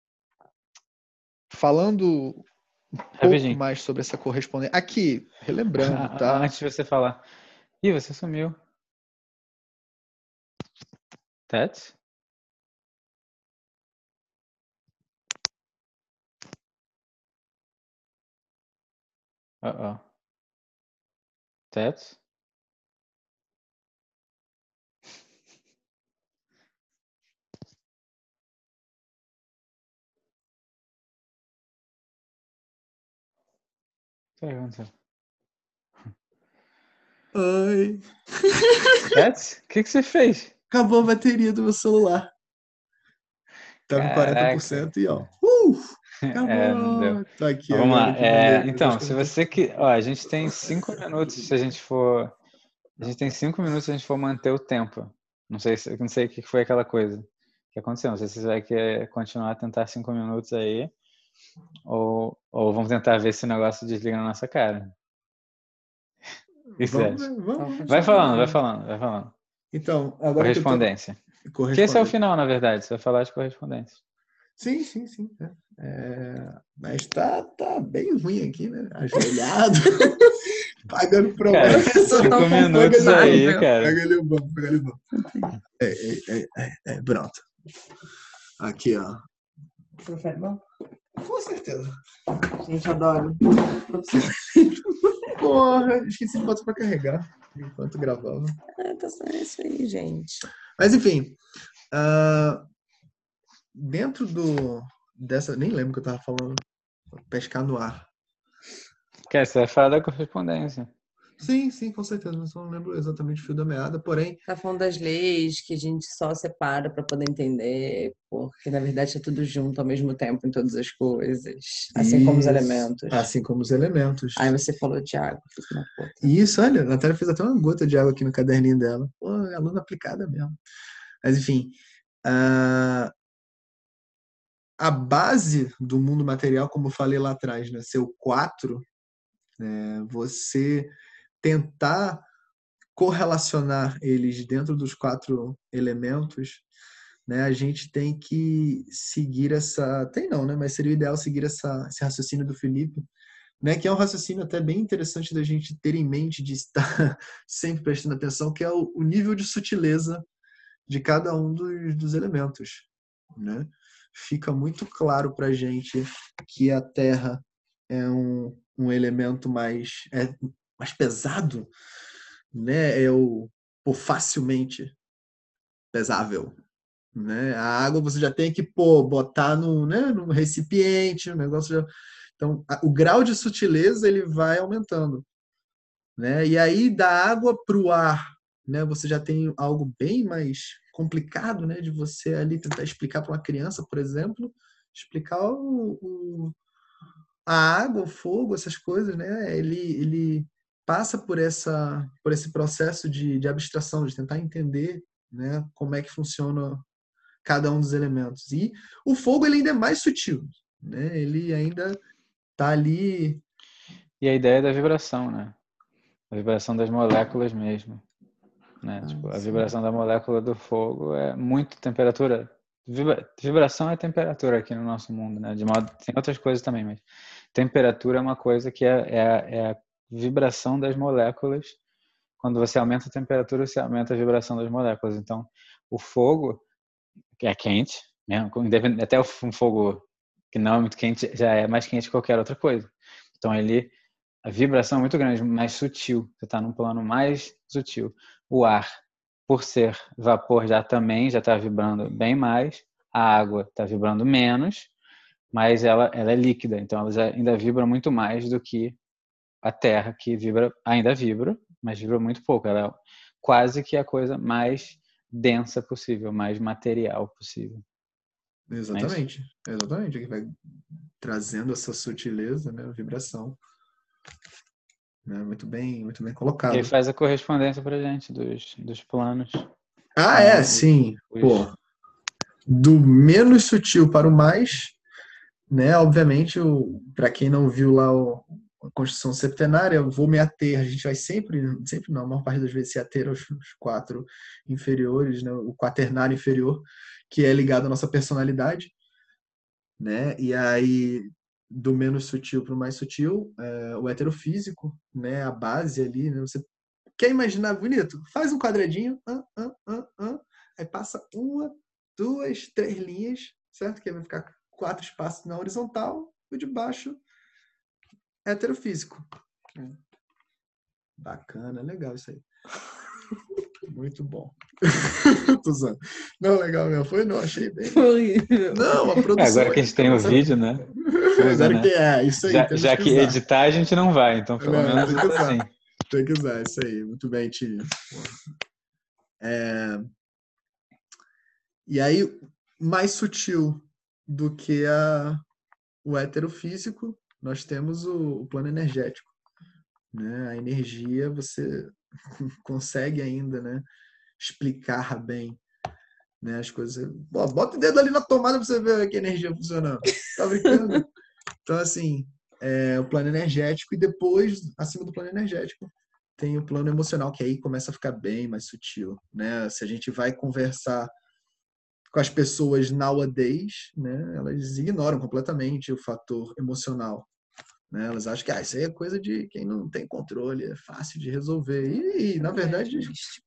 Falando um pouco Rapidinho. mais sobre essa correspondência. Aqui, relembrando, tá? Antes de você falar. Ih, você sumiu. Tet? Uh-oh. Tet? Pergunta. Ai. Tet? O que, que você fez? Acabou a bateria do meu celular. Tava em quarenta por cento e ó. Uh! Acabou! É, não deu. Tô aqui Mas vamos agora lá. de É, bobeira. então, se você que. Ó, a gente tem cinco minutos se a gente for. A gente tem cinco minutos se a gente for manter o tempo. Não sei, se, não sei o que foi aquela coisa que aconteceu. Não sei se você vai querer continuar a tentar cinco minutos aí. Ou, ou vamos tentar ver se o negócio desliga na nossa cara. Isso Vamos, é. vamos, vamos Vai falando, vai continuar. falando, vai falando. Então, agora que eu tô... Correspondência. Que esse é o Correspondência. final, na verdade. Você vai falar de correspondência. Sim, sim, sim. É. É... Mas tá, tá bem ruim aqui, né? Ajoelhado. Pagando Cara, promessa. cinco minutos aí, cara. Pega ali o banco, pega ali o banco. É, é, é, é, é, pronto. Aqui, ó. Prefere não? Com certeza. Gente, adoro. Porra, esqueci de botar pra carregar enquanto gravava. É, tá só isso aí, gente. Mas enfim, uh, dentro do dessa, nem lembro o que eu tava falando, pescar no ar. Cara, você vai falar da correspondência. Sim, sim, com certeza, mas eu não lembro exatamente o fio da meada, porém... Tá falando das leis que a gente só separa para poder entender, porque na verdade é tudo junto ao mesmo tempo em todas as coisas, assim como os Isso, elementos. assim como os elementos. Aí você falou de água, fiz uma conta. Isso, olha, a Natália fez até uma gota de água aqui no caderninho dela. Pô, aluna aplicada mesmo. Mas, enfim, a, a base do mundo material, como eu falei lá atrás, né, ser o quatro, né, você tentar correlacionar eles dentro dos quatro elementos, né, a gente tem que seguir essa... Tem não, né? Mas seria o ideal seguir essa, esse raciocínio do Felipe, né, que é um raciocínio até bem interessante da gente ter em mente, de estar sempre prestando atenção, que é o, o nível de sutileza de cada um dos, dos elementos, né? Fica muito claro para a gente que a Terra é um, um elemento mais, é, mais pesado, né? É o, o facilmente pesável, né? A água você já tem que pô, botar no, né, no recipiente, o negócio já... Então, a, o grau de sutileza ele vai aumentando, né? E aí da água para o ar, né? Você já tem algo bem mais complicado, né? De você ali tentar explicar para uma criança, por exemplo, explicar o, o, a água, o fogo, essas coisas, né? Ele, ele passa por essa, por esse processo de, de abstração, de tentar entender, né? Como é que funciona cada um dos elementos. E o fogo ele ainda é mais sutil, né? Ele ainda tá ali. E a ideia da vibração, né? A vibração das moléculas mesmo, né? Ah, Tipo, a sim. vibração da molécula do fogo é muito temperatura. Vibra... Vibração é temperatura aqui no nosso mundo, né? De modo... Tem outras coisas também, mas temperatura é uma coisa que é, é, a, é a vibração das moléculas. Quando você aumenta a temperatura, você aumenta a vibração das moléculas. Então, o fogo, que é quente, mesmo, até um fogo que não é muito quente, já é mais quente que qualquer outra coisa. Então, ele, a vibração é muito grande, mais sutil. Você está num plano mais sutil. O ar, por ser vapor, já também já está vibrando bem mais. A água está vibrando menos, mas ela, ela é líquida. Então, ela já ainda vibra muito mais do que a Terra, que vibra, ainda vibra, mas vibra muito pouco. Ela é quase que a coisa mais densa possível, mais material possível. Exatamente, é exatamente, que vai trazendo essa sutileza, né, a vibração, né, muito bem, muito bem colocado. Que faz a correspondência pra gente dos, dos planos. Ah, é, sim, os... pô, do menos sutil para o mais, né, obviamente, para quem não viu lá o, a Constituição Septenária, eu vou me ater, a gente vai sempre, sempre não, a maior parte das vezes se ater aos quatro inferiores, né, o quaternário inferior, que é ligado à nossa personalidade, né? E aí do menos sutil para o mais sutil, é, o heterofísico, né? A base ali, né? Você quer imaginar bonito? Faz um quadradinho, ah, ah, ah, ah, aí passa uma, duas, três linhas, certo? Que aí vai ficar quatro espaços na horizontal, o de baixo heterofísico. Bacana, legal isso aí. Muito bom. Tô usando. Não, legal mesmo. Foi, não, achei bem. Horrível. Não, a produção. Agora que a gente tem o vídeo, né? Usa, Agora né? que é, isso aí. Já, já que, que editar a gente não vai, então pelo não, menos tem que usar. assim. Tem que usar, isso aí. Muito bem, Tio. É... E aí, mais sutil do que a... o heterofísico, nós temos o, o plano energético. Né? A energia, você consegue ainda, né, explicar bem, né, as coisas. Pô, bota o dedo ali na tomada para você ver que energia funcionando. Tá brincando? Então, assim, é o plano energético e depois, acima do plano energético, tem o plano emocional, que aí começa a ficar bem mais sutil, né? Se a gente vai conversar com as pessoas nowadays, né, elas ignoram completamente o fator emocional. Né? Elas acham que ah, isso aí é coisa de quem não tem controle, é fácil de resolver. E, e na verdade,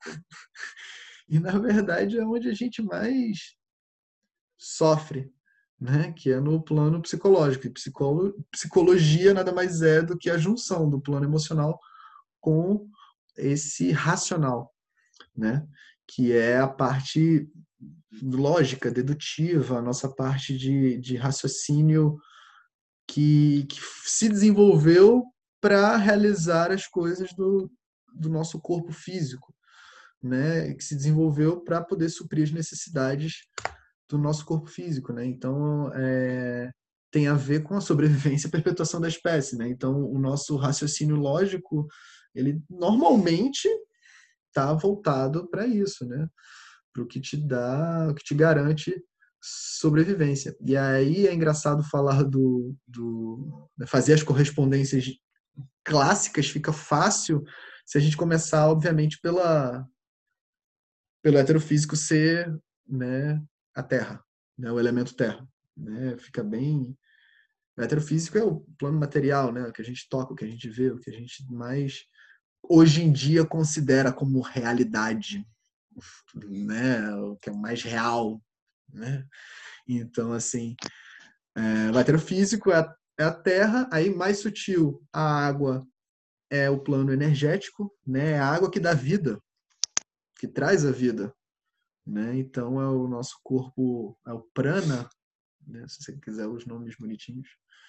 e na verdade é onde a gente mais sofre, né? Que é no plano psicológico. E psicolo, psicologia nada mais é do que a junção do plano emocional com esse racional, né? Que é a parte lógica, dedutiva, a nossa parte de, de raciocínio que, que se desenvolveu para realizar as coisas do, do nosso corpo físico, né? Que se desenvolveu para poder suprir as necessidades do nosso corpo físico, né? Então, é, tem a ver com a sobrevivência e perpetuação da espécie, né? Então, o nosso raciocínio lógico, ele normalmente está voltado para isso, né? Para o que te dá, o que te garante sobrevivência. E aí é engraçado falar do, do né, fazer as correspondências clássicas, fica fácil se a gente começar, obviamente, pela pelo heterofísico ser, né, a Terra, né, o elemento Terra, né? Fica bem. O heterofísico é o plano material, né? O que a gente toca, o que a gente vê, o que a gente mais hoje em dia considera como realidade, né? O que é mais real, né? Então, assim, é, o heterofísico é a, é a Terra, aí mais sutil, a água é o plano energético, né? É a água que dá vida, que traz a vida, né? Então, é o nosso corpo, é o prana, né? Se você quiser os nomes bonitinhos.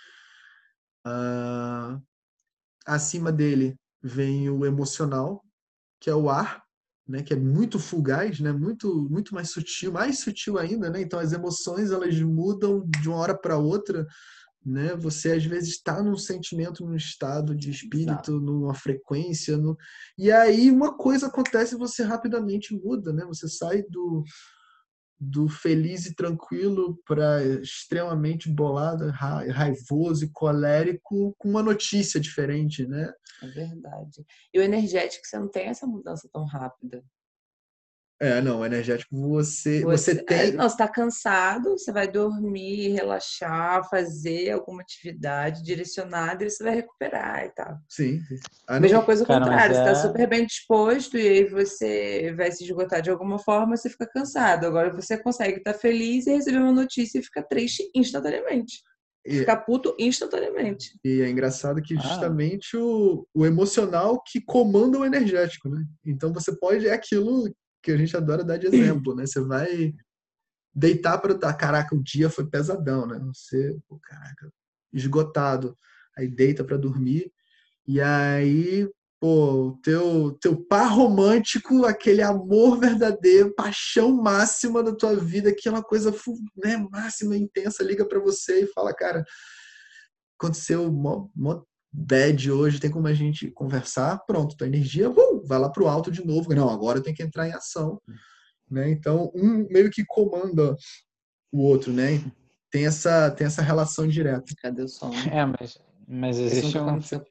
Ah, acima dele vem o emocional, que é o ar, né, que é muito fugaz, né, muito muito mais sutil, mais sutil ainda, né? Então as emoções elas mudam de uma hora para outra, né? Você às vezes está num sentimento, num estado de espírito, Exato. numa frequência, no... e aí uma coisa acontece e você rapidamente muda, né? Você sai do do feliz e tranquilo para extremamente bolado, ra- raivoso e colérico com uma notícia diferente, né? É verdade. E o energético, você não tem essa mudança tão rápida. É, não, o energético você você Você, é, tem, não, você está cansado, você vai dormir, relaxar, fazer alguma atividade direcionada e você vai recuperar e tal. sim, sim. Ah, Mesma não, coisa ao Cara, mas contrário, você está é. super bem disposto e aí você vai se esgotar de alguma forma, você fica cansado. Agora você consegue estar feliz e receber uma notícia e fica triste instantaneamente. e, Ficar puto instantaneamente. e é engraçado que Ah, justamente o, o emocional que comanda o energético, né? Então você pode, é aquilo que a gente adora dar de exemplo, né? Você vai deitar para dar, caraca, o dia foi pesadão, né? Você, pô, caraca, esgotado. Aí deita para dormir e aí, pô, o teu teu par romântico, aquele amor verdadeiro, paixão máxima da tua vida, aquela coisa, fu- né, máxima, intensa, liga para você e fala, cara, aconteceu mó, mó bad hoje, tem como a gente conversar? Pronto, tua energia, uh, vai lá pro alto de novo. Não, agora eu tenho que entrar em ação, né? Então, um meio que comanda o outro, né? Tem essa, tem essa relação direta. Cadê o som? é, mas, mas Esse não existe tá um, acontecendo.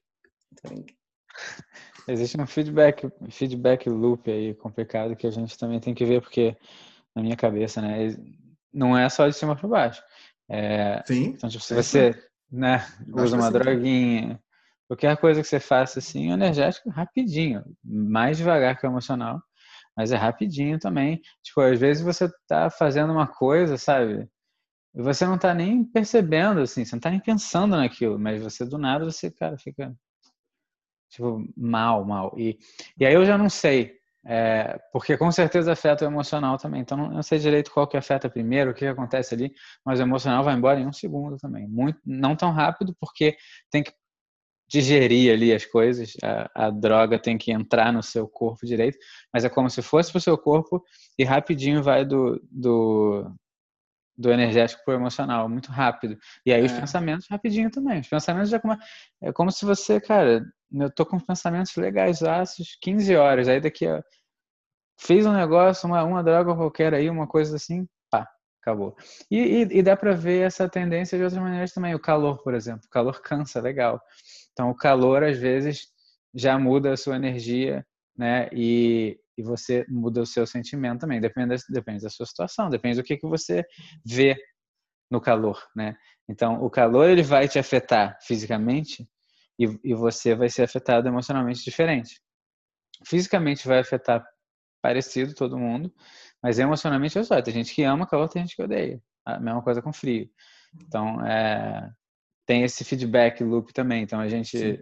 existe um feedback, feedback loop aí complicado que a gente também tem que ver, porque na minha cabeça, né, não é só de cima para baixo. É, Sim, então, tipo, se sempre foi. você, né, De baixo usa para uma cima também. droguinha, qualquer coisa que você faça assim, é energético rapidinho, mais devagar que o emocional, mas é rapidinho também. Tipo, às vezes você tá fazendo uma coisa, sabe? E você não tá nem percebendo, assim, você não tá nem pensando naquilo, mas você do nada, você, cara, fica, tipo, mal, mal. E, e aí eu já não sei, é, porque com certeza afeta o emocional também. Então não, não sei direito qual que afeta primeiro, o que, que acontece ali, mas o emocional vai embora em um segundo também. Muito, não tão rápido, porque tem que digerir ali as coisas, a, a droga tem que entrar no seu corpo direito, mas é como se fosse pro seu corpo e rapidinho vai do, do do energético pro emocional, muito rápido. E aí os É, pensamentos rapidinho também. Os pensamentos já come... é como se você, cara, eu tô com pensamentos legais, aços, quinze horas, aí daqui a fiz um negócio, uma, uma droga qualquer aí, uma coisa assim, pá, acabou. E, e, e dá para ver essa tendência de outras maneiras também. O calor, por exemplo. O calor cansa, legal. Então o calor, às vezes, já muda a sua energia, né? E, e você muda o seu sentimento também. Depende da, depende da sua situação, depende do que, que você vê no calor, né? Então, o calor ele vai te afetar fisicamente e, e você vai ser afetado emocionalmente diferente. Fisicamente vai afetar parecido todo mundo, mas emocionalmente é só. Tem gente que ama calor, tem gente que odeia. A mesma coisa com frio. Então, é, tem esse feedback loop também. Então, a Sim. gente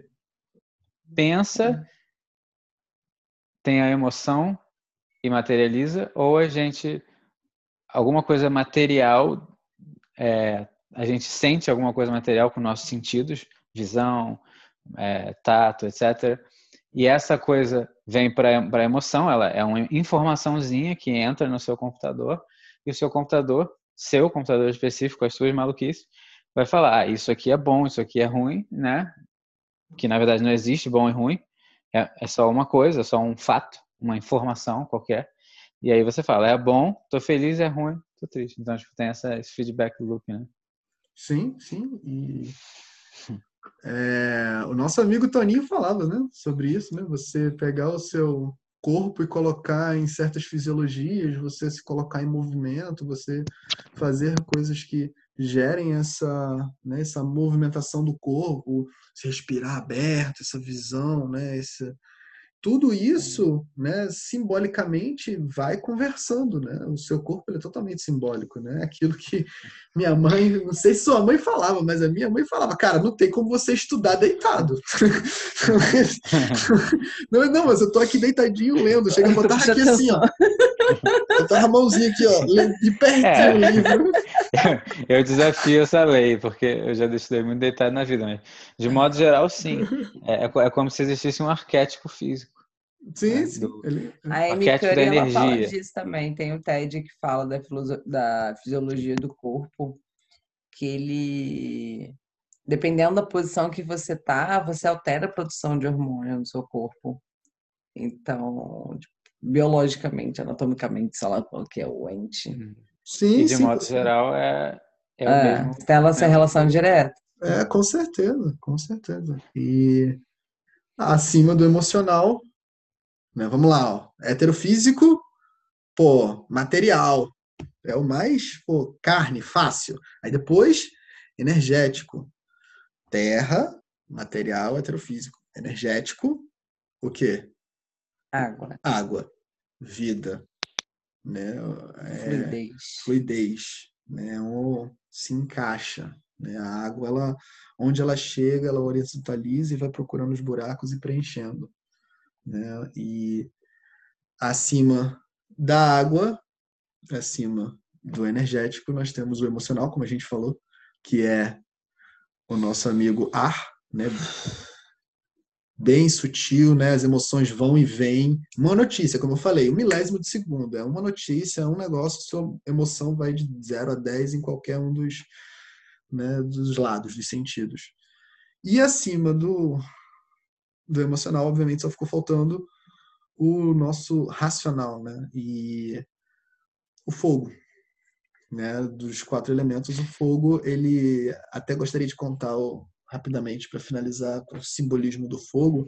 pensa, tem a emoção e materializa, ou a gente alguma coisa material, é, a gente sente alguma coisa material com nossos sentidos, visão, é, tato, etcétera. E essa coisa vem para a emoção, ela é uma informaçãozinha que entra no seu computador, e o seu computador, seu computador específico, as suas maluquices, vai falar, ah, isso aqui é bom, isso aqui é ruim, né? Que na verdade não existe bom e ruim, é, é só uma coisa, é só um fato, uma informação qualquer. E aí você fala, é bom, tô feliz, é ruim, tô triste. Então, tipo, tem essa, esse feedback loop, né? Sim, sim. E é, o nosso amigo Toninho falava, né, sobre isso, né? Você pegar o seu corpo e colocar em certas fisiologias, você se colocar em movimento, você fazer coisas que gerem essa, né, essa movimentação do corpo, se respirar aberto, essa visão, né, esse, tudo isso, né, simbolicamente vai conversando, né? O seu corpo ele é totalmente simbólico, né? Aquilo que minha mãe, não sei se sua mãe falava, mas a minha mãe falava, cara, não tem como você estudar deitado. Não, não, mas eu tô aqui deitadinho lendo, chega a botar aqui assim, ó. Botar a mãozinha aqui, ó, de pertinho o livro. Eu desafio essa lei, porque eu já estudei muito deitado na vida, mas de modo geral, sim. É, é como se existisse um arquétipo físico. Sim, Né? sim. Do Ele... A Amy arquétipo da Curry, ela fala energia. disso também. Tem o TED que fala da, filoso- da fisiologia do corpo, que ele, dependendo da posição que você tá, você altera a produção de hormônio no seu corpo. Então, tipo, biologicamente, anatomicamente, sei lá qual que é o ente. E Sim, de sim. modo geral é, é o É, mesmo. tem essa mesmo relação direta. É, com certeza, com certeza. E acima do emocional, né? Vamos lá, ó. Heterofísico, pô, material. É o mais, pô, carne, fácil. Aí depois, energético. Terra, material, heterofísico. Energético, o quê? Água, Água. Vida, né? É, fluidez. fluidez, né? O, se encaixa, né? A água, ela, onde ela chega, ela horizontaliza e vai procurando os buracos e preenchendo, né? E acima da água, acima do energético, nós temos o emocional, como a gente falou, que é o nosso amigo ar, né? Bem sutil, né? As emoções vão e vêm. Uma notícia, como eu falei, um milésimo de segundo. É uma notícia, é um negócio, sua emoção vai de zero a dez em qualquer um dos, né, dos lados, dos sentidos. E acima do, do emocional, obviamente, só ficou faltando o nosso racional, né? E o fogo, né? Dos quatro elementos, o fogo, ele até gostaria de contar o, rapidamente para finalizar o simbolismo do fogo,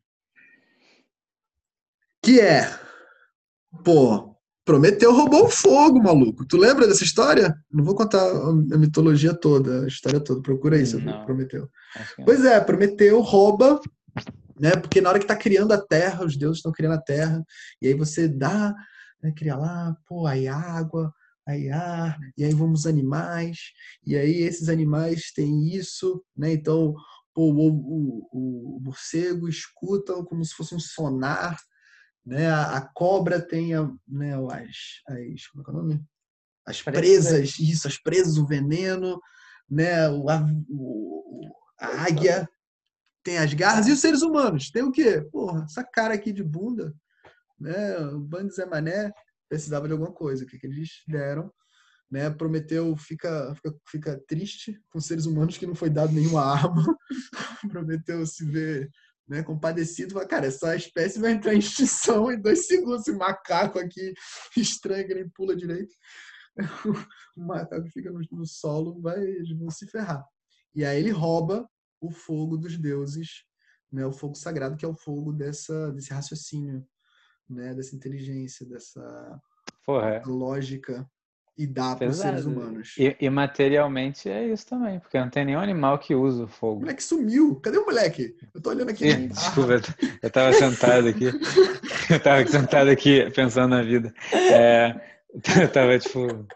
que é, pô, Prometeu roubou o fogo, maluco. Tu lembra dessa história? Não vou contar a mitologia toda, a história toda. Procura aí sobre Não, Prometeu. acho que não. Pois é, Prometeu rouba, né? Porque na hora que tá criando a terra, os deuses estão criando a terra, e aí você dá, né, cria lá, pô, aí água, aí ar, e aí vamos os animais, e aí esses animais têm isso, né? Então, pô, o, o, o, o morcego escuta como se fosse um sonar, né? A, a cobra tem a, né, as, as, como é que é o nome? As presas, isso, as presas, o veneno, né? O, a, o, a águia tem as garras, e os seres humanos? Tem o quê? Porra, essa cara aqui de bunda, né? O bando de Zé Mané precisava de alguma coisa. O que, que eles deram? Né? Prometeu fica, fica, fica triste com os seres humanos que não foi dado nenhuma arma. Prometeu se ver, né, compadecido. Fala, cara, essa espécie vai entrar em extinção em dois segundos. Esse macaco aqui estranho que nem pula direito. O macaco fica no, no solo, vai, eles vão se ferrar. E aí ele rouba o fogo dos deuses, né, o fogo sagrado, que é o fogo dessa, desse raciocínio, né, dessa inteligência, dessa Porra, lógica, e dá para os seres pesado. humanos. E, e materialmente é isso também, porque não tem nenhum animal que usa o O fogo. moleque sumiu. Cadê o moleque? Eu tô olhando aqui. Ih, desculpa, eu tava sentado aqui. Eu tava sentado aqui pensando na vida. É, eu tava tipo.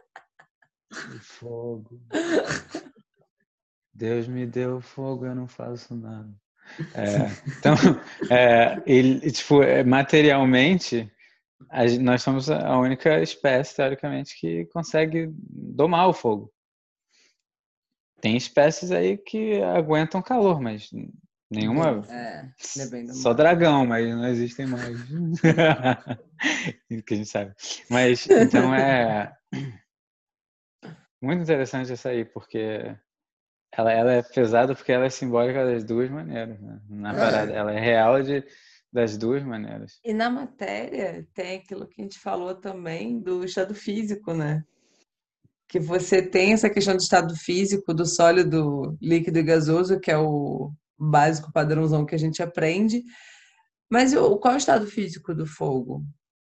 Fogo. Deus me deu fogo, eu não faço nada. É, então, é, ele, tipo, é, materialmente, a gen- nós somos a única espécie, teoricamente, que consegue domar o fogo. Tem espécies aí que aguentam calor, mas Nenhuma. É, ele é bem do Só mal. dragão, mas não existem mais. Que a gente sabe. Mas, então, é muito interessante essa aí, porque ela, ela é pesada porque ela é simbólica das duas maneiras, né? Na parada, É, ela é real de, das duas maneiras. E na matéria tem aquilo que a gente falou também do estado físico, né? Que você tem essa questão do estado físico, do sólido, líquido e gasoso, que é o básico padrãozão que a gente aprende. Mas o- qual é o estado físico do fogo?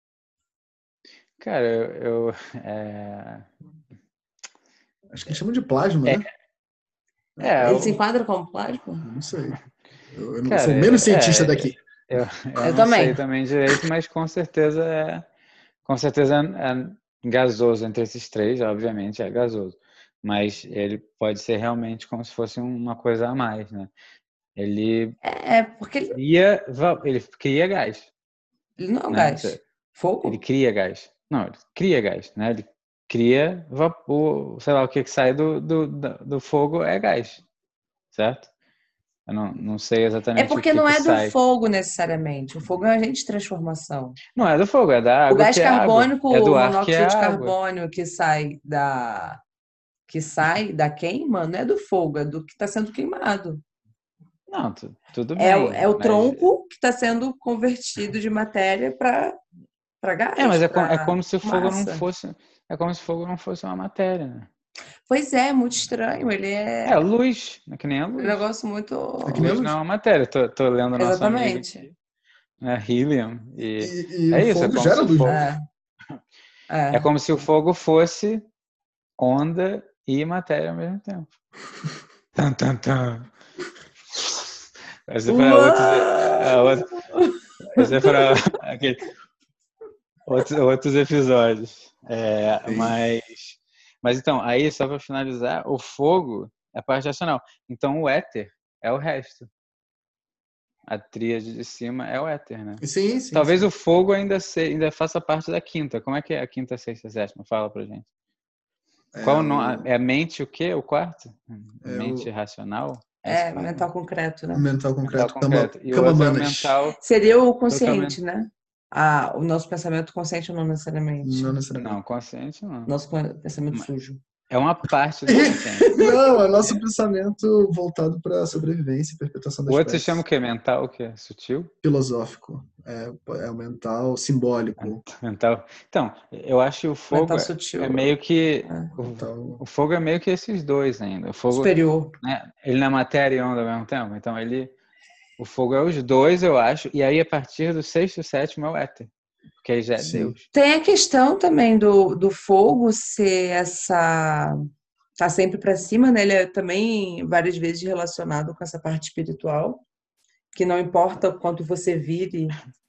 Cara, eu. eu é, acho que eles chamam de plasma, é, né? é, Ele se eu- enquadra como plasma? Não sei. Eu, eu não- cara, sou menos cientista é, daqui. eu, eu Eu não também. sei também direito, mas com certeza é. Com certeza é gasoso entre esses três, obviamente é gasoso. Mas ele pode ser realmente como se fosse uma coisa a mais, né? Ele É, porque ele, cria, va- ele cria gás, ele não é um né? gás. Ele Fogo? cria gás. Não, ele cria gás, né? Ele cria vapor, sei lá, o que que sai do, do, da- do fogo é gás, certo? Eu não, não sei É exatamente o porque que não que é do sai. fogo necessariamente. O fogo é um agente de transformação. Não é do fogo, é da O água gás que é água. carbônico, É o do ar que é monóxido de água. carbônio que sai da que sai da queima, não é do fogo, é do que está sendo queimado. Não, tu- tudo É, o- bem, é o mas tronco que está sendo convertido de matéria para para é, gás, mas é, co- é para como se o fogo não fumaça. fosse, é como se o fogo não fosse uma matéria, né? Pois é, muito estranho. Ele É, a é luz, é que nem a um luz. negócio muito. É que nem a Luz não é luz. uma matéria. Tô, tô lendo o nosso amigo Exatamente. aqui, né, Helium, e E, e o é isso, é fogo como gera se o luz, né? fogo, É, é é. como se o fogo fosse onda e matéria ao mesmo tempo. Tan, tan, tan. Vai ser para outros, é, outro- Uau! vai ser para aquele, outros, outros episódios. É, Sim. mas, mas então, aí só para finalizar, o fogo é a parte racional. Então o éter é o resto. A tríade de cima é o éter, né? Sim, sim, Talvez sim. o fogo ainda, se, ainda faça parte da quinta. Como é que é a quinta, sexta, sétima? Fala pra gente. É Qual o nome? o, É a mente o quê? O quarto? é Mente o racional? É esse É, quarto? mental concreto, né? mental Mental concreto, Kama, concreto. E o outro é o Kamamanas. mental Seria o totalmente. consciente, né? Ah, o nosso pensamento consciente não necessariamente. Não necessariamente. Não, consciente não. Nosso pensamento sujo. É uma parte do consciente. Não, é nosso pensamento voltado para a sobrevivência e perpetuação da O outro se chama o espécie. quê? Mental o quê? Sutil? Filosófico. É, é o mental simbólico. Mental. Então, eu acho que o fogo Mental é é sutil. meio que. É. O, Mental. o fogo é meio que esses dois ainda. O fogo, Superior. né? Ele na matéria e onda ao mesmo tempo. Então, ele. O fogo é os dois, eu acho. E aí, a partir do sexto e sétimo, é o éter. Porque aí já é Sim. Deus. Tem a questão também do, do fogo ser essa. Tá sempre para cima, né? Ele é também várias vezes relacionado com essa parte espiritual, que não importa o quanto você vire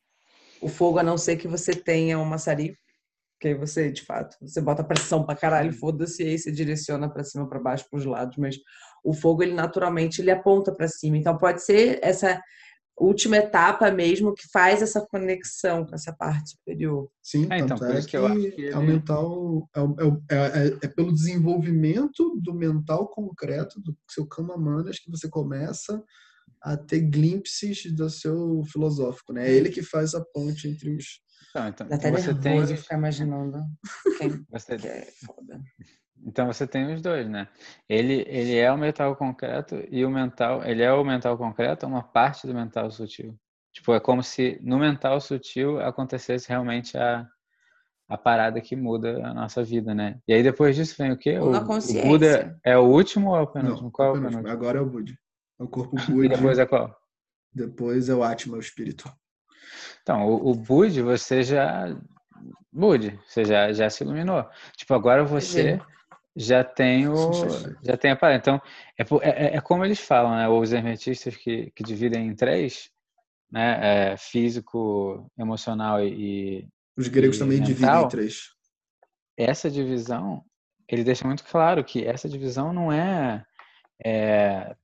o fogo, a não ser que você tenha um maçarico, que aí você, de fato, você bota pressão pra caralho, foda-se, e aí você direciona para cima, para baixo, para os lados, mas o fogo, ele naturalmente, ele aponta para cima. Então pode ser essa última etapa mesmo que faz essa conexão com essa parte superior. Sim, É, então, tanto por é isso que eu acho que que é o ele. mental, é, o- é, o- é, é- é pelo desenvolvimento do mental concreto, do seu Kamamanas, que você começa a ter glimpses do seu filosófico, né? É ele que faz a ponte entre os... Então, então, Dá então até você tem nervoso os. ficar imaginando quem Você, que é foda. então você tem os dois, né? Ele, ele é o mental concreto e o mental. Ele é o mental concreto, uma parte do mental sutil. Tipo, é como se no mental sutil acontecesse realmente a, a parada que muda a nossa vida, né? E aí depois disso vem o quê? Ou na O, o Buda consciência. é o último ou é o Não, penúltimo? é o Qual é o penúltimo. penúltimo? Agora é o Budi. É o corpo E depois Budi, é qual? depois é o Atma, o espírito. Então, o, o Budi, você já. Budi, você já, já se iluminou. Tipo, agora você já tem o. Já tem a parada. Então, é, po- é, é é como eles falam, né? Os hermetistas que, que dividem em três, né? É, físico, emocional e, Os gregos e também dividem em mental. três. Essa divisão, ele deixa muito claro que essa divisão não é, é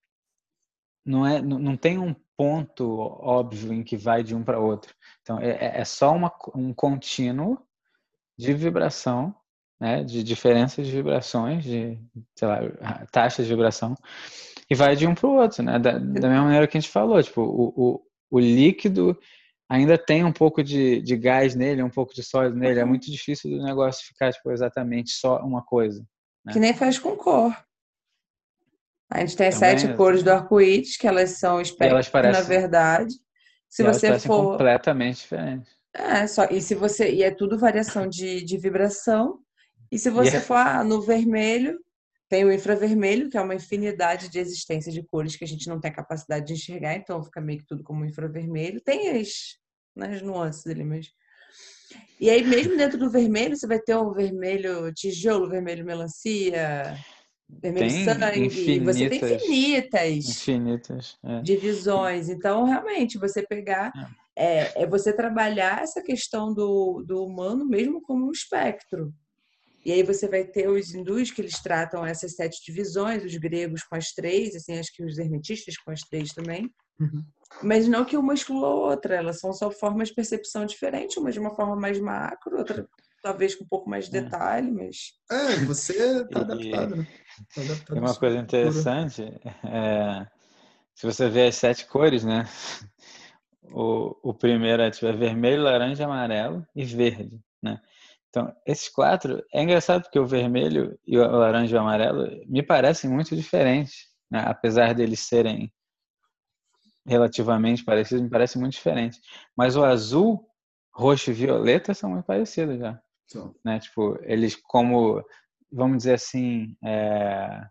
não é, não não tem um ponto óbvio em que vai de um para outro. Então é, é é só uma, um contínuo de vibração, né, de diferenças de vibrações, de, sei lá, taxas de vibração. E vai de um para o outro, né? Da, da mesma maneira que a gente falou, tipo, o, o, o líquido ainda tem um pouco de, de gás nele, um pouco de sólido nele. É muito difícil do negócio ficar tipo, exatamente só uma coisa. Né? Que nem faz com cor. A gente tem as Também, sete cores do arco-íris, que elas são e espectros, elas parecem, na verdade. Se e elas você parecem for. completamente diferentes. É, só, e se você. E é tudo variação de, de vibração. E se você Yeah. for ah, no vermelho, tem o infravermelho, que é uma infinidade de existência de cores que a gente não tem a capacidade de enxergar, então fica meio que tudo como infravermelho. Tem as, né, as nuances ali, mas. E aí, mesmo dentro do vermelho, você vai ter o vermelho tijolo, vermelho melancia, vermelho Tem sangue, e você tem infinitas, infinitas infinitas. É. divisões. Então, realmente, você pegar, é, é você trabalhar essa questão do, do humano mesmo como um espectro. E aí você vai ter os hindus que eles tratam essas sete divisões, os gregos com as três, assim, acho que os hermetistas com as três também. Uhum. Mas não que uma exclua a outra, elas são só formas de percepção diferentes, uma de uma forma mais macro, outra talvez com um pouco mais de detalhe, mas... É, você tá E, adaptado, né? Tá adaptado e à uma sua coisa cultura. interessante, é, se você vê as sete cores, né? O, o primeiro é, tipo, é vermelho, laranja, amarelo e verde, né? Então, esses quatro, é engraçado porque o vermelho e o laranja e o amarelo me parecem muito diferentes, né? Apesar deles serem relativamente parecidos, me parecem muito diferentes. Mas o azul, roxo e violeta são muito parecidos já. Então, Né? Tipo, eles como, vamos dizer assim, é...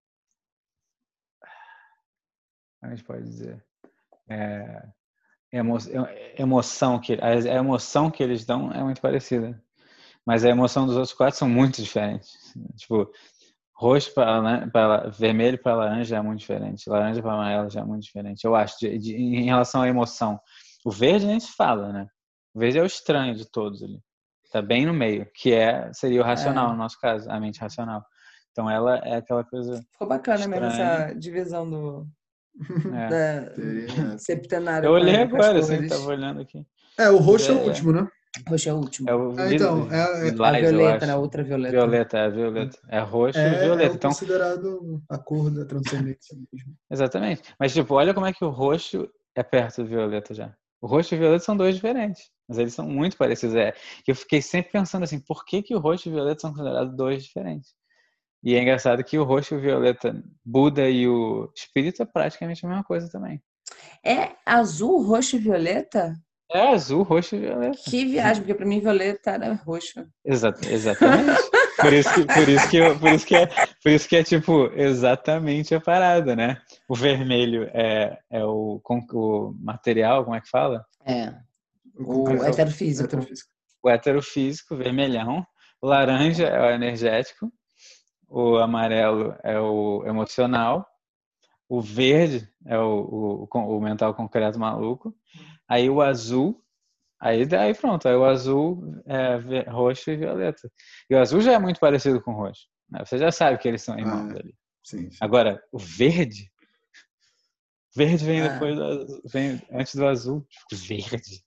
como a gente pode dizer? É... Emo... emoção que a emoção que eles dão é muito parecida. Mas a emoção dos outros quatro são muito diferentes. Tipo, roxo para vermelho para laranja é muito diferente. Laranja para amarelo já é muito diferente. Eu acho, de, de, em relação à emoção. O verde nem se fala, né? O verde é o estranho de todos ali. Tá bem no meio, que é seria o racional, É. no nosso caso, a mente racional. Então ela é aquela coisa Ficou bacana mesmo estranha. essa divisão do É. da, teria- septenário Eu com, olhei a- com as agora, assim, cores. tava olhando aqui. É, o Mas roxo é o é, último, né? Roxo é o é último. o É, li- então, é, É a lilás, eu violeta, né? acho. Outra violeta. Violeta, é violeta. É roxo e é, é violeta. o Então, considerado a cor da transcendência mesmo. exatamente. Mas, tipo, olha como é que o roxo é perto do violeta já. O roxo e o violeta são dois diferentes, mas eles são muito parecidos. É, eu fiquei sempre pensando assim, por que, que o roxo e o violeta são considerados dois diferentes? E é engraçado que o roxo e o violeta, Buda e o espírito é praticamente a mesma coisa também. É azul, roxo e violeta? É azul, roxo e violeta. Que viagem, porque pra mim violeta era roxo. Exa exatamente. Por isso que, por isso que, eu, por isso que é, por isso que é tipo exatamente a parada, né? O vermelho é, é o, o material, como é que fala? É, O o concreto. heterofísico. Heterofísico. O heterofísico, vermelhão. O laranja é o energético. O amarelo é o emocional. O verde é o, o, o mental concreto maluco. Aí o azul, aí daí pronto, aí o azul é roxo e violeta. E o azul já é muito parecido com o roxo. Né? Você já sabe que eles são irmãos Ah, ali. sim, sim. Agora, o verde, verde vem Ah. depois do, vem antes do azul. Verde.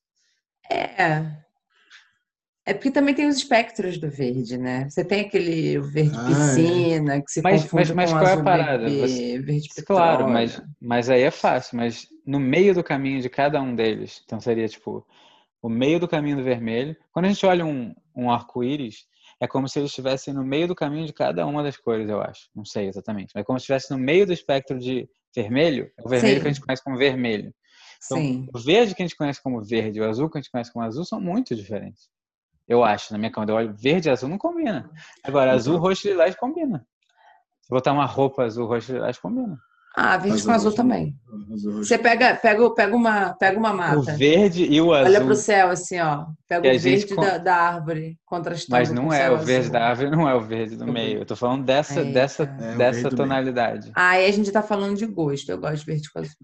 É. É porque também tem os espectros do verde, né? Você tem aquele verde Ah, piscina, que se Mas, mas, confunde mas com qual é a azul parada? Você, bebê, verde claro, petróleo. mas, mas aí é fácil. Mas no meio do caminho de cada um deles, então seria tipo o meio do caminho do vermelho. Quando a gente olha um, um arco-íris, é como se eles estivessem no meio do caminho de cada uma das cores, eu acho. Não sei exatamente. Mas é como se estivesse no meio do espectro de vermelho, é o vermelho Sim. que a gente conhece como vermelho. Então, Sim. o verde que a gente conhece como verde e o azul que a gente conhece como azul são muito diferentes. Eu acho, na minha quando eu olho verde e azul não combina. Agora, azul, roxo e lilás combina. Se botar uma roupa azul, roxo e lilás combina. Ah, verde Azul, com azul roxo. também. Azul, roxo. Você pega, pega, pega, uma, pega uma O mata, verde e o olha para o azul. céu assim, ó. Pega que a o gente verde com- da, da árvore Mas contrastando com o não é céu o verde azul. da árvore, não é o verde do meio. Eu tô falando dessa, Eita. dessa, É, o dessa verde do meio. tonalidade. Aí a gente tá falando de gosto. Eu gosto de verde com azul.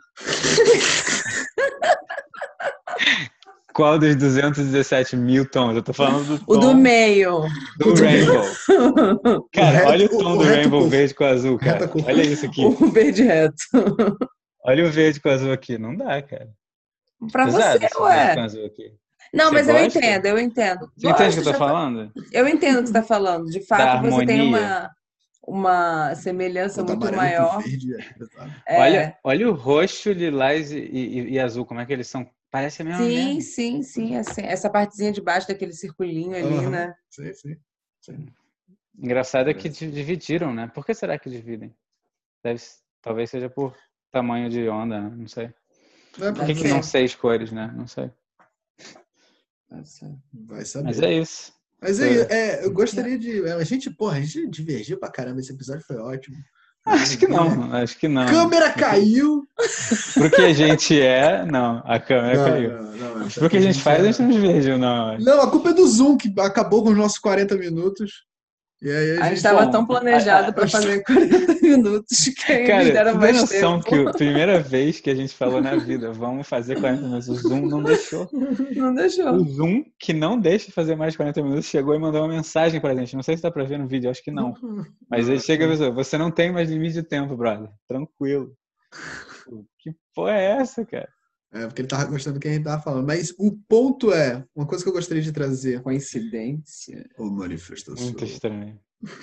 Qual dos duzentos e dezessete mil tons? Eu tô falando do O do tom meio. do Rainbow. Cara, reto- olha o o- tom o do reto Rainbow cor. verde com azul, Reta cara. cor. Olha isso aqui. O verde reto. Olha o verde com azul aqui. Não dá, cara. Pra Pesado você, esse verde com ué. azul aqui. Não, Você mas eu gosta? entendo, eu entendo. Você entende o que Gosto, eu tô já fa- falando? eu entendo o que você está falando. De Da fato, você tem harmonia. uma, uma semelhança Botar muito amarelo com maior. verde, é pesado. É, Olha, olha o roxo, lilás e, e- e azul, como é que eles são? Parece a mesma sim, merda. sim, sim, assim, essa partezinha de baixo daquele circulinho ali, Aham, né? sim, sim. sim. Engraçado é que Parece. di- dividiram, né? Por que será que dividem? Deve, talvez seja por tamanho de onda, né? Não sei. Não é Por que Deve que não ser. provavelmente. seis cores, né? Não sei. Deve ser. Vai Mas saber. é isso. Mas aí, Tô- é, eu gostaria de. A gente, porra, a gente divergiu pra caramba. Esse episódio foi ótimo. Acho que Maravilha. não, acho que não. Câmera caiu. Pro que a gente é, não. A câmera Não, caiu. não, não. É Pro porque que a a gente gente faz, a gente é. não divergiu, não. acho. Não, a culpa é do Zoom, que acabou com os nossos quarenta minutos. E aí a A gente gente. estava Bom, tão planejado a- para fazer quarenta minutos que eles Cara, deram tu tem mais noção tempo. que a primeira vez que a gente falou na vida, vamos fazer quarenta minutos, o Zoom não deixou. Não O deixou. Zoom, que não deixa de fazer mais de quarenta minutos, chegou e mandou uma mensagem pra gente. Não sei se dá pra ver no vídeo, acho que não. Mas Não, ele acho que chega e não. avisou, você não tem mais limite de tempo, brother. Tranquilo. Que porra é essa, cara? É, porque ele tava gostando do que a gente tava falando. Mas o ponto é, uma coisa que eu gostaria de trazer. Coincidência. Ô, manifestação. Muito estranho.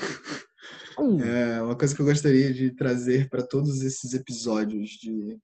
É, uma coisa que eu gostaria de trazer para todos esses episódios de.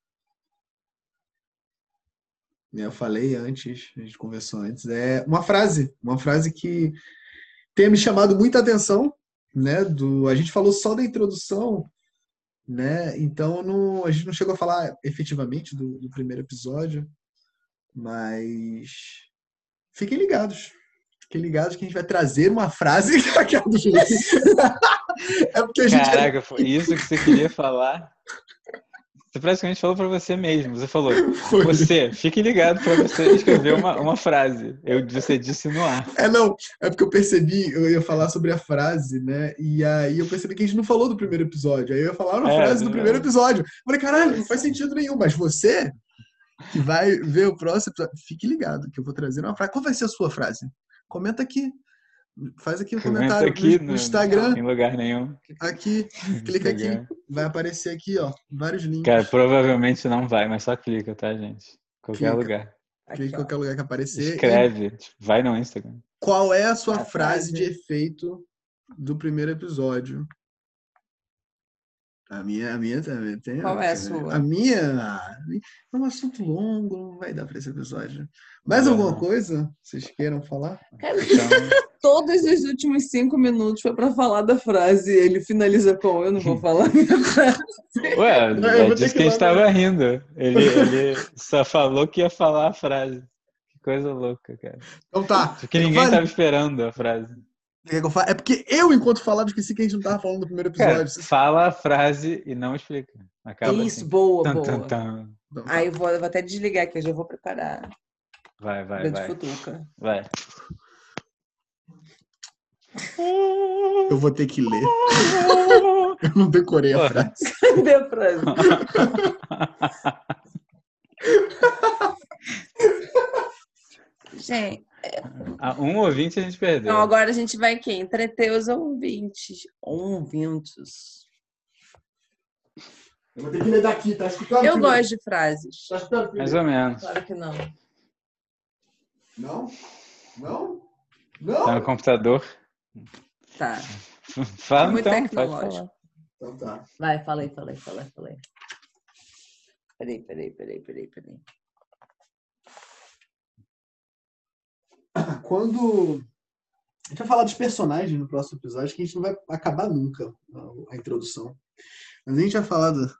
Né, eu falei antes, a gente conversou antes, é uma frase, uma frase que tem me chamado muita atenção, né? Do, a gente falou só da introdução, né? Então não, a gente não chegou a falar efetivamente do, do primeiro episódio, mas fiquem ligados. Fiquem ligados que a gente vai trazer uma frase. Aquela do Felipe. É porque a gente. Caraca, foi isso que você queria falar? Você praticamente falou pra você mesmo. Você falou, Foi. você, fique ligado pra você escrever uma, uma frase. Eu, você disse no ar. É, não, é porque eu percebi, eu ia falar sobre a frase, né? E aí eu percebi que a gente não falou do primeiro episódio. Aí eu ia falar uma É, frase do primeiro episódio. Falei, caralho, não faz sentido nenhum, mas você que vai ver o próximo episódio, fique ligado que eu vou trazer uma frase. Qual vai ser a sua frase? Comenta aqui. Faz aqui um comenta comentário aqui no, no no, Instagram. em lugar nenhum. Aqui, No clica aqui. Instagram. Vai aparecer aqui, ó, vários links. Cara, provavelmente não vai, mas só clica, tá, gente? Qualquer Clica. lugar. Clica em Aqui, ó. qualquer lugar que aparecer. E Escreve, tipo, vai no Instagram. qual é a sua A frase frase. de efeito do primeiro episódio? A minha, a minha também tem. Qual é a tem- sua? A minha é um assunto longo, não vai dar para esse episódio. Mais Melhor alguma não. coisa vocês queiram falar? Cara, Então, todos os últimos cinco minutos foi para falar da frase. Ele finaliza com: Eu não vou falar a minha frase. ué, Não, eu é vou ter disso que que a ir gente lá, tava rindo. Ele, ele só falou que ia falar a frase. Que coisa louca, cara. Então tá. Só que Quer que eu ninguém fale? tava esperando a frase. Quer que eu fale? É porque eu, enquanto falava, esqueci que a gente não tava falando do primeiro Cara, episódio. fala a frase e não explica. Acaba Isso, assim. boa, Tan, tan, boa. tan. Então tá. Aí eu vou, eu vou até desligar aqui, eu já vou preparar. Vai, vai, Grande vai. futuca. Vai. Eu vou ter que ler. Eu não decorei a Porra. frase. Cadê a frase? Gente, Ah, um ouvinte a gente perdeu. então agora a gente vai aqui, entreter os ouvintes. Ouvintes. Eu vou ter que ler daqui, tá escutando? Eu Felipe? gosto de frases. Tá escutando, Mais Felipe? ou menos. Claro que não. Não? Não? Tá no Não? computador. Tá. Fala É muito então, pode tecnológico. falar. Então tá. Vai, fala aí, fala aí, fala aí, fala aí. Peraí, peraí, peraí, peraí, peraí. Quando. A gente vai falar dos personagens no próximo episódio, que a gente não vai acabar nunca a, a introdução. Mas a gente vai falar do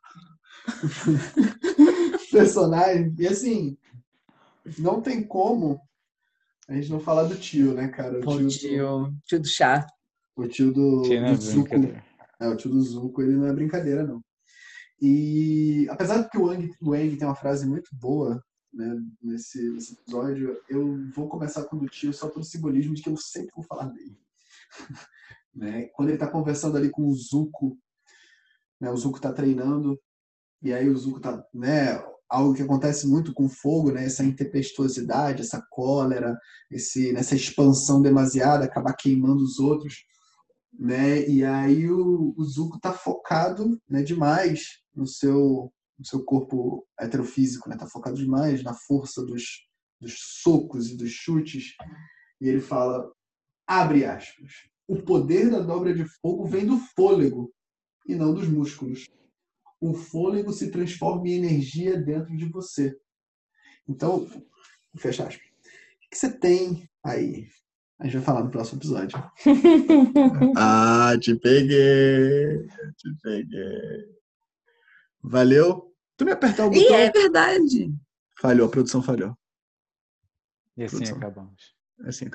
personagem. E assim, não tem como a gente não falar do tio, né, cara? O Pô, tio, tio, tio do chá. do, o tio do, Tina é do Zuko. brincadeira. É, o tio do Zuko, ele não é brincadeira, não. E apesar de que o Wang, o Wang tem uma frase muito boa, né, nesse, nesse episódio, eu vou começar com o do tio só pelo simbolismo de que eu sempre vou falar dele. Né? Quando ele está conversando ali com o Zuko, né, o Zuko está treinando, e aí o Zuko está, né, algo que acontece muito com fogo, né, essa intempestuosidade, essa cólera, esse, essa expansão demasiada, acabar queimando os outros, né, e aí o, o Zuko está focado, né, demais no seu, no seu corpo heterofísico, né, tá focado demais na força dos, dos socos e dos chutes, e ele fala, abre aspas, O poder da dobra de fogo vem do fôlego e não dos músculos. O fôlego se transforma em energia dentro de você. Então, fecha aspas. O que você tem aí? A gente vai falar no próximo episódio. Ah, te peguei. Te peguei. Valeu. Tu me apertar o E botão. é verdade. Falhou, a produção falhou. E assim Produção. acabamos. Assim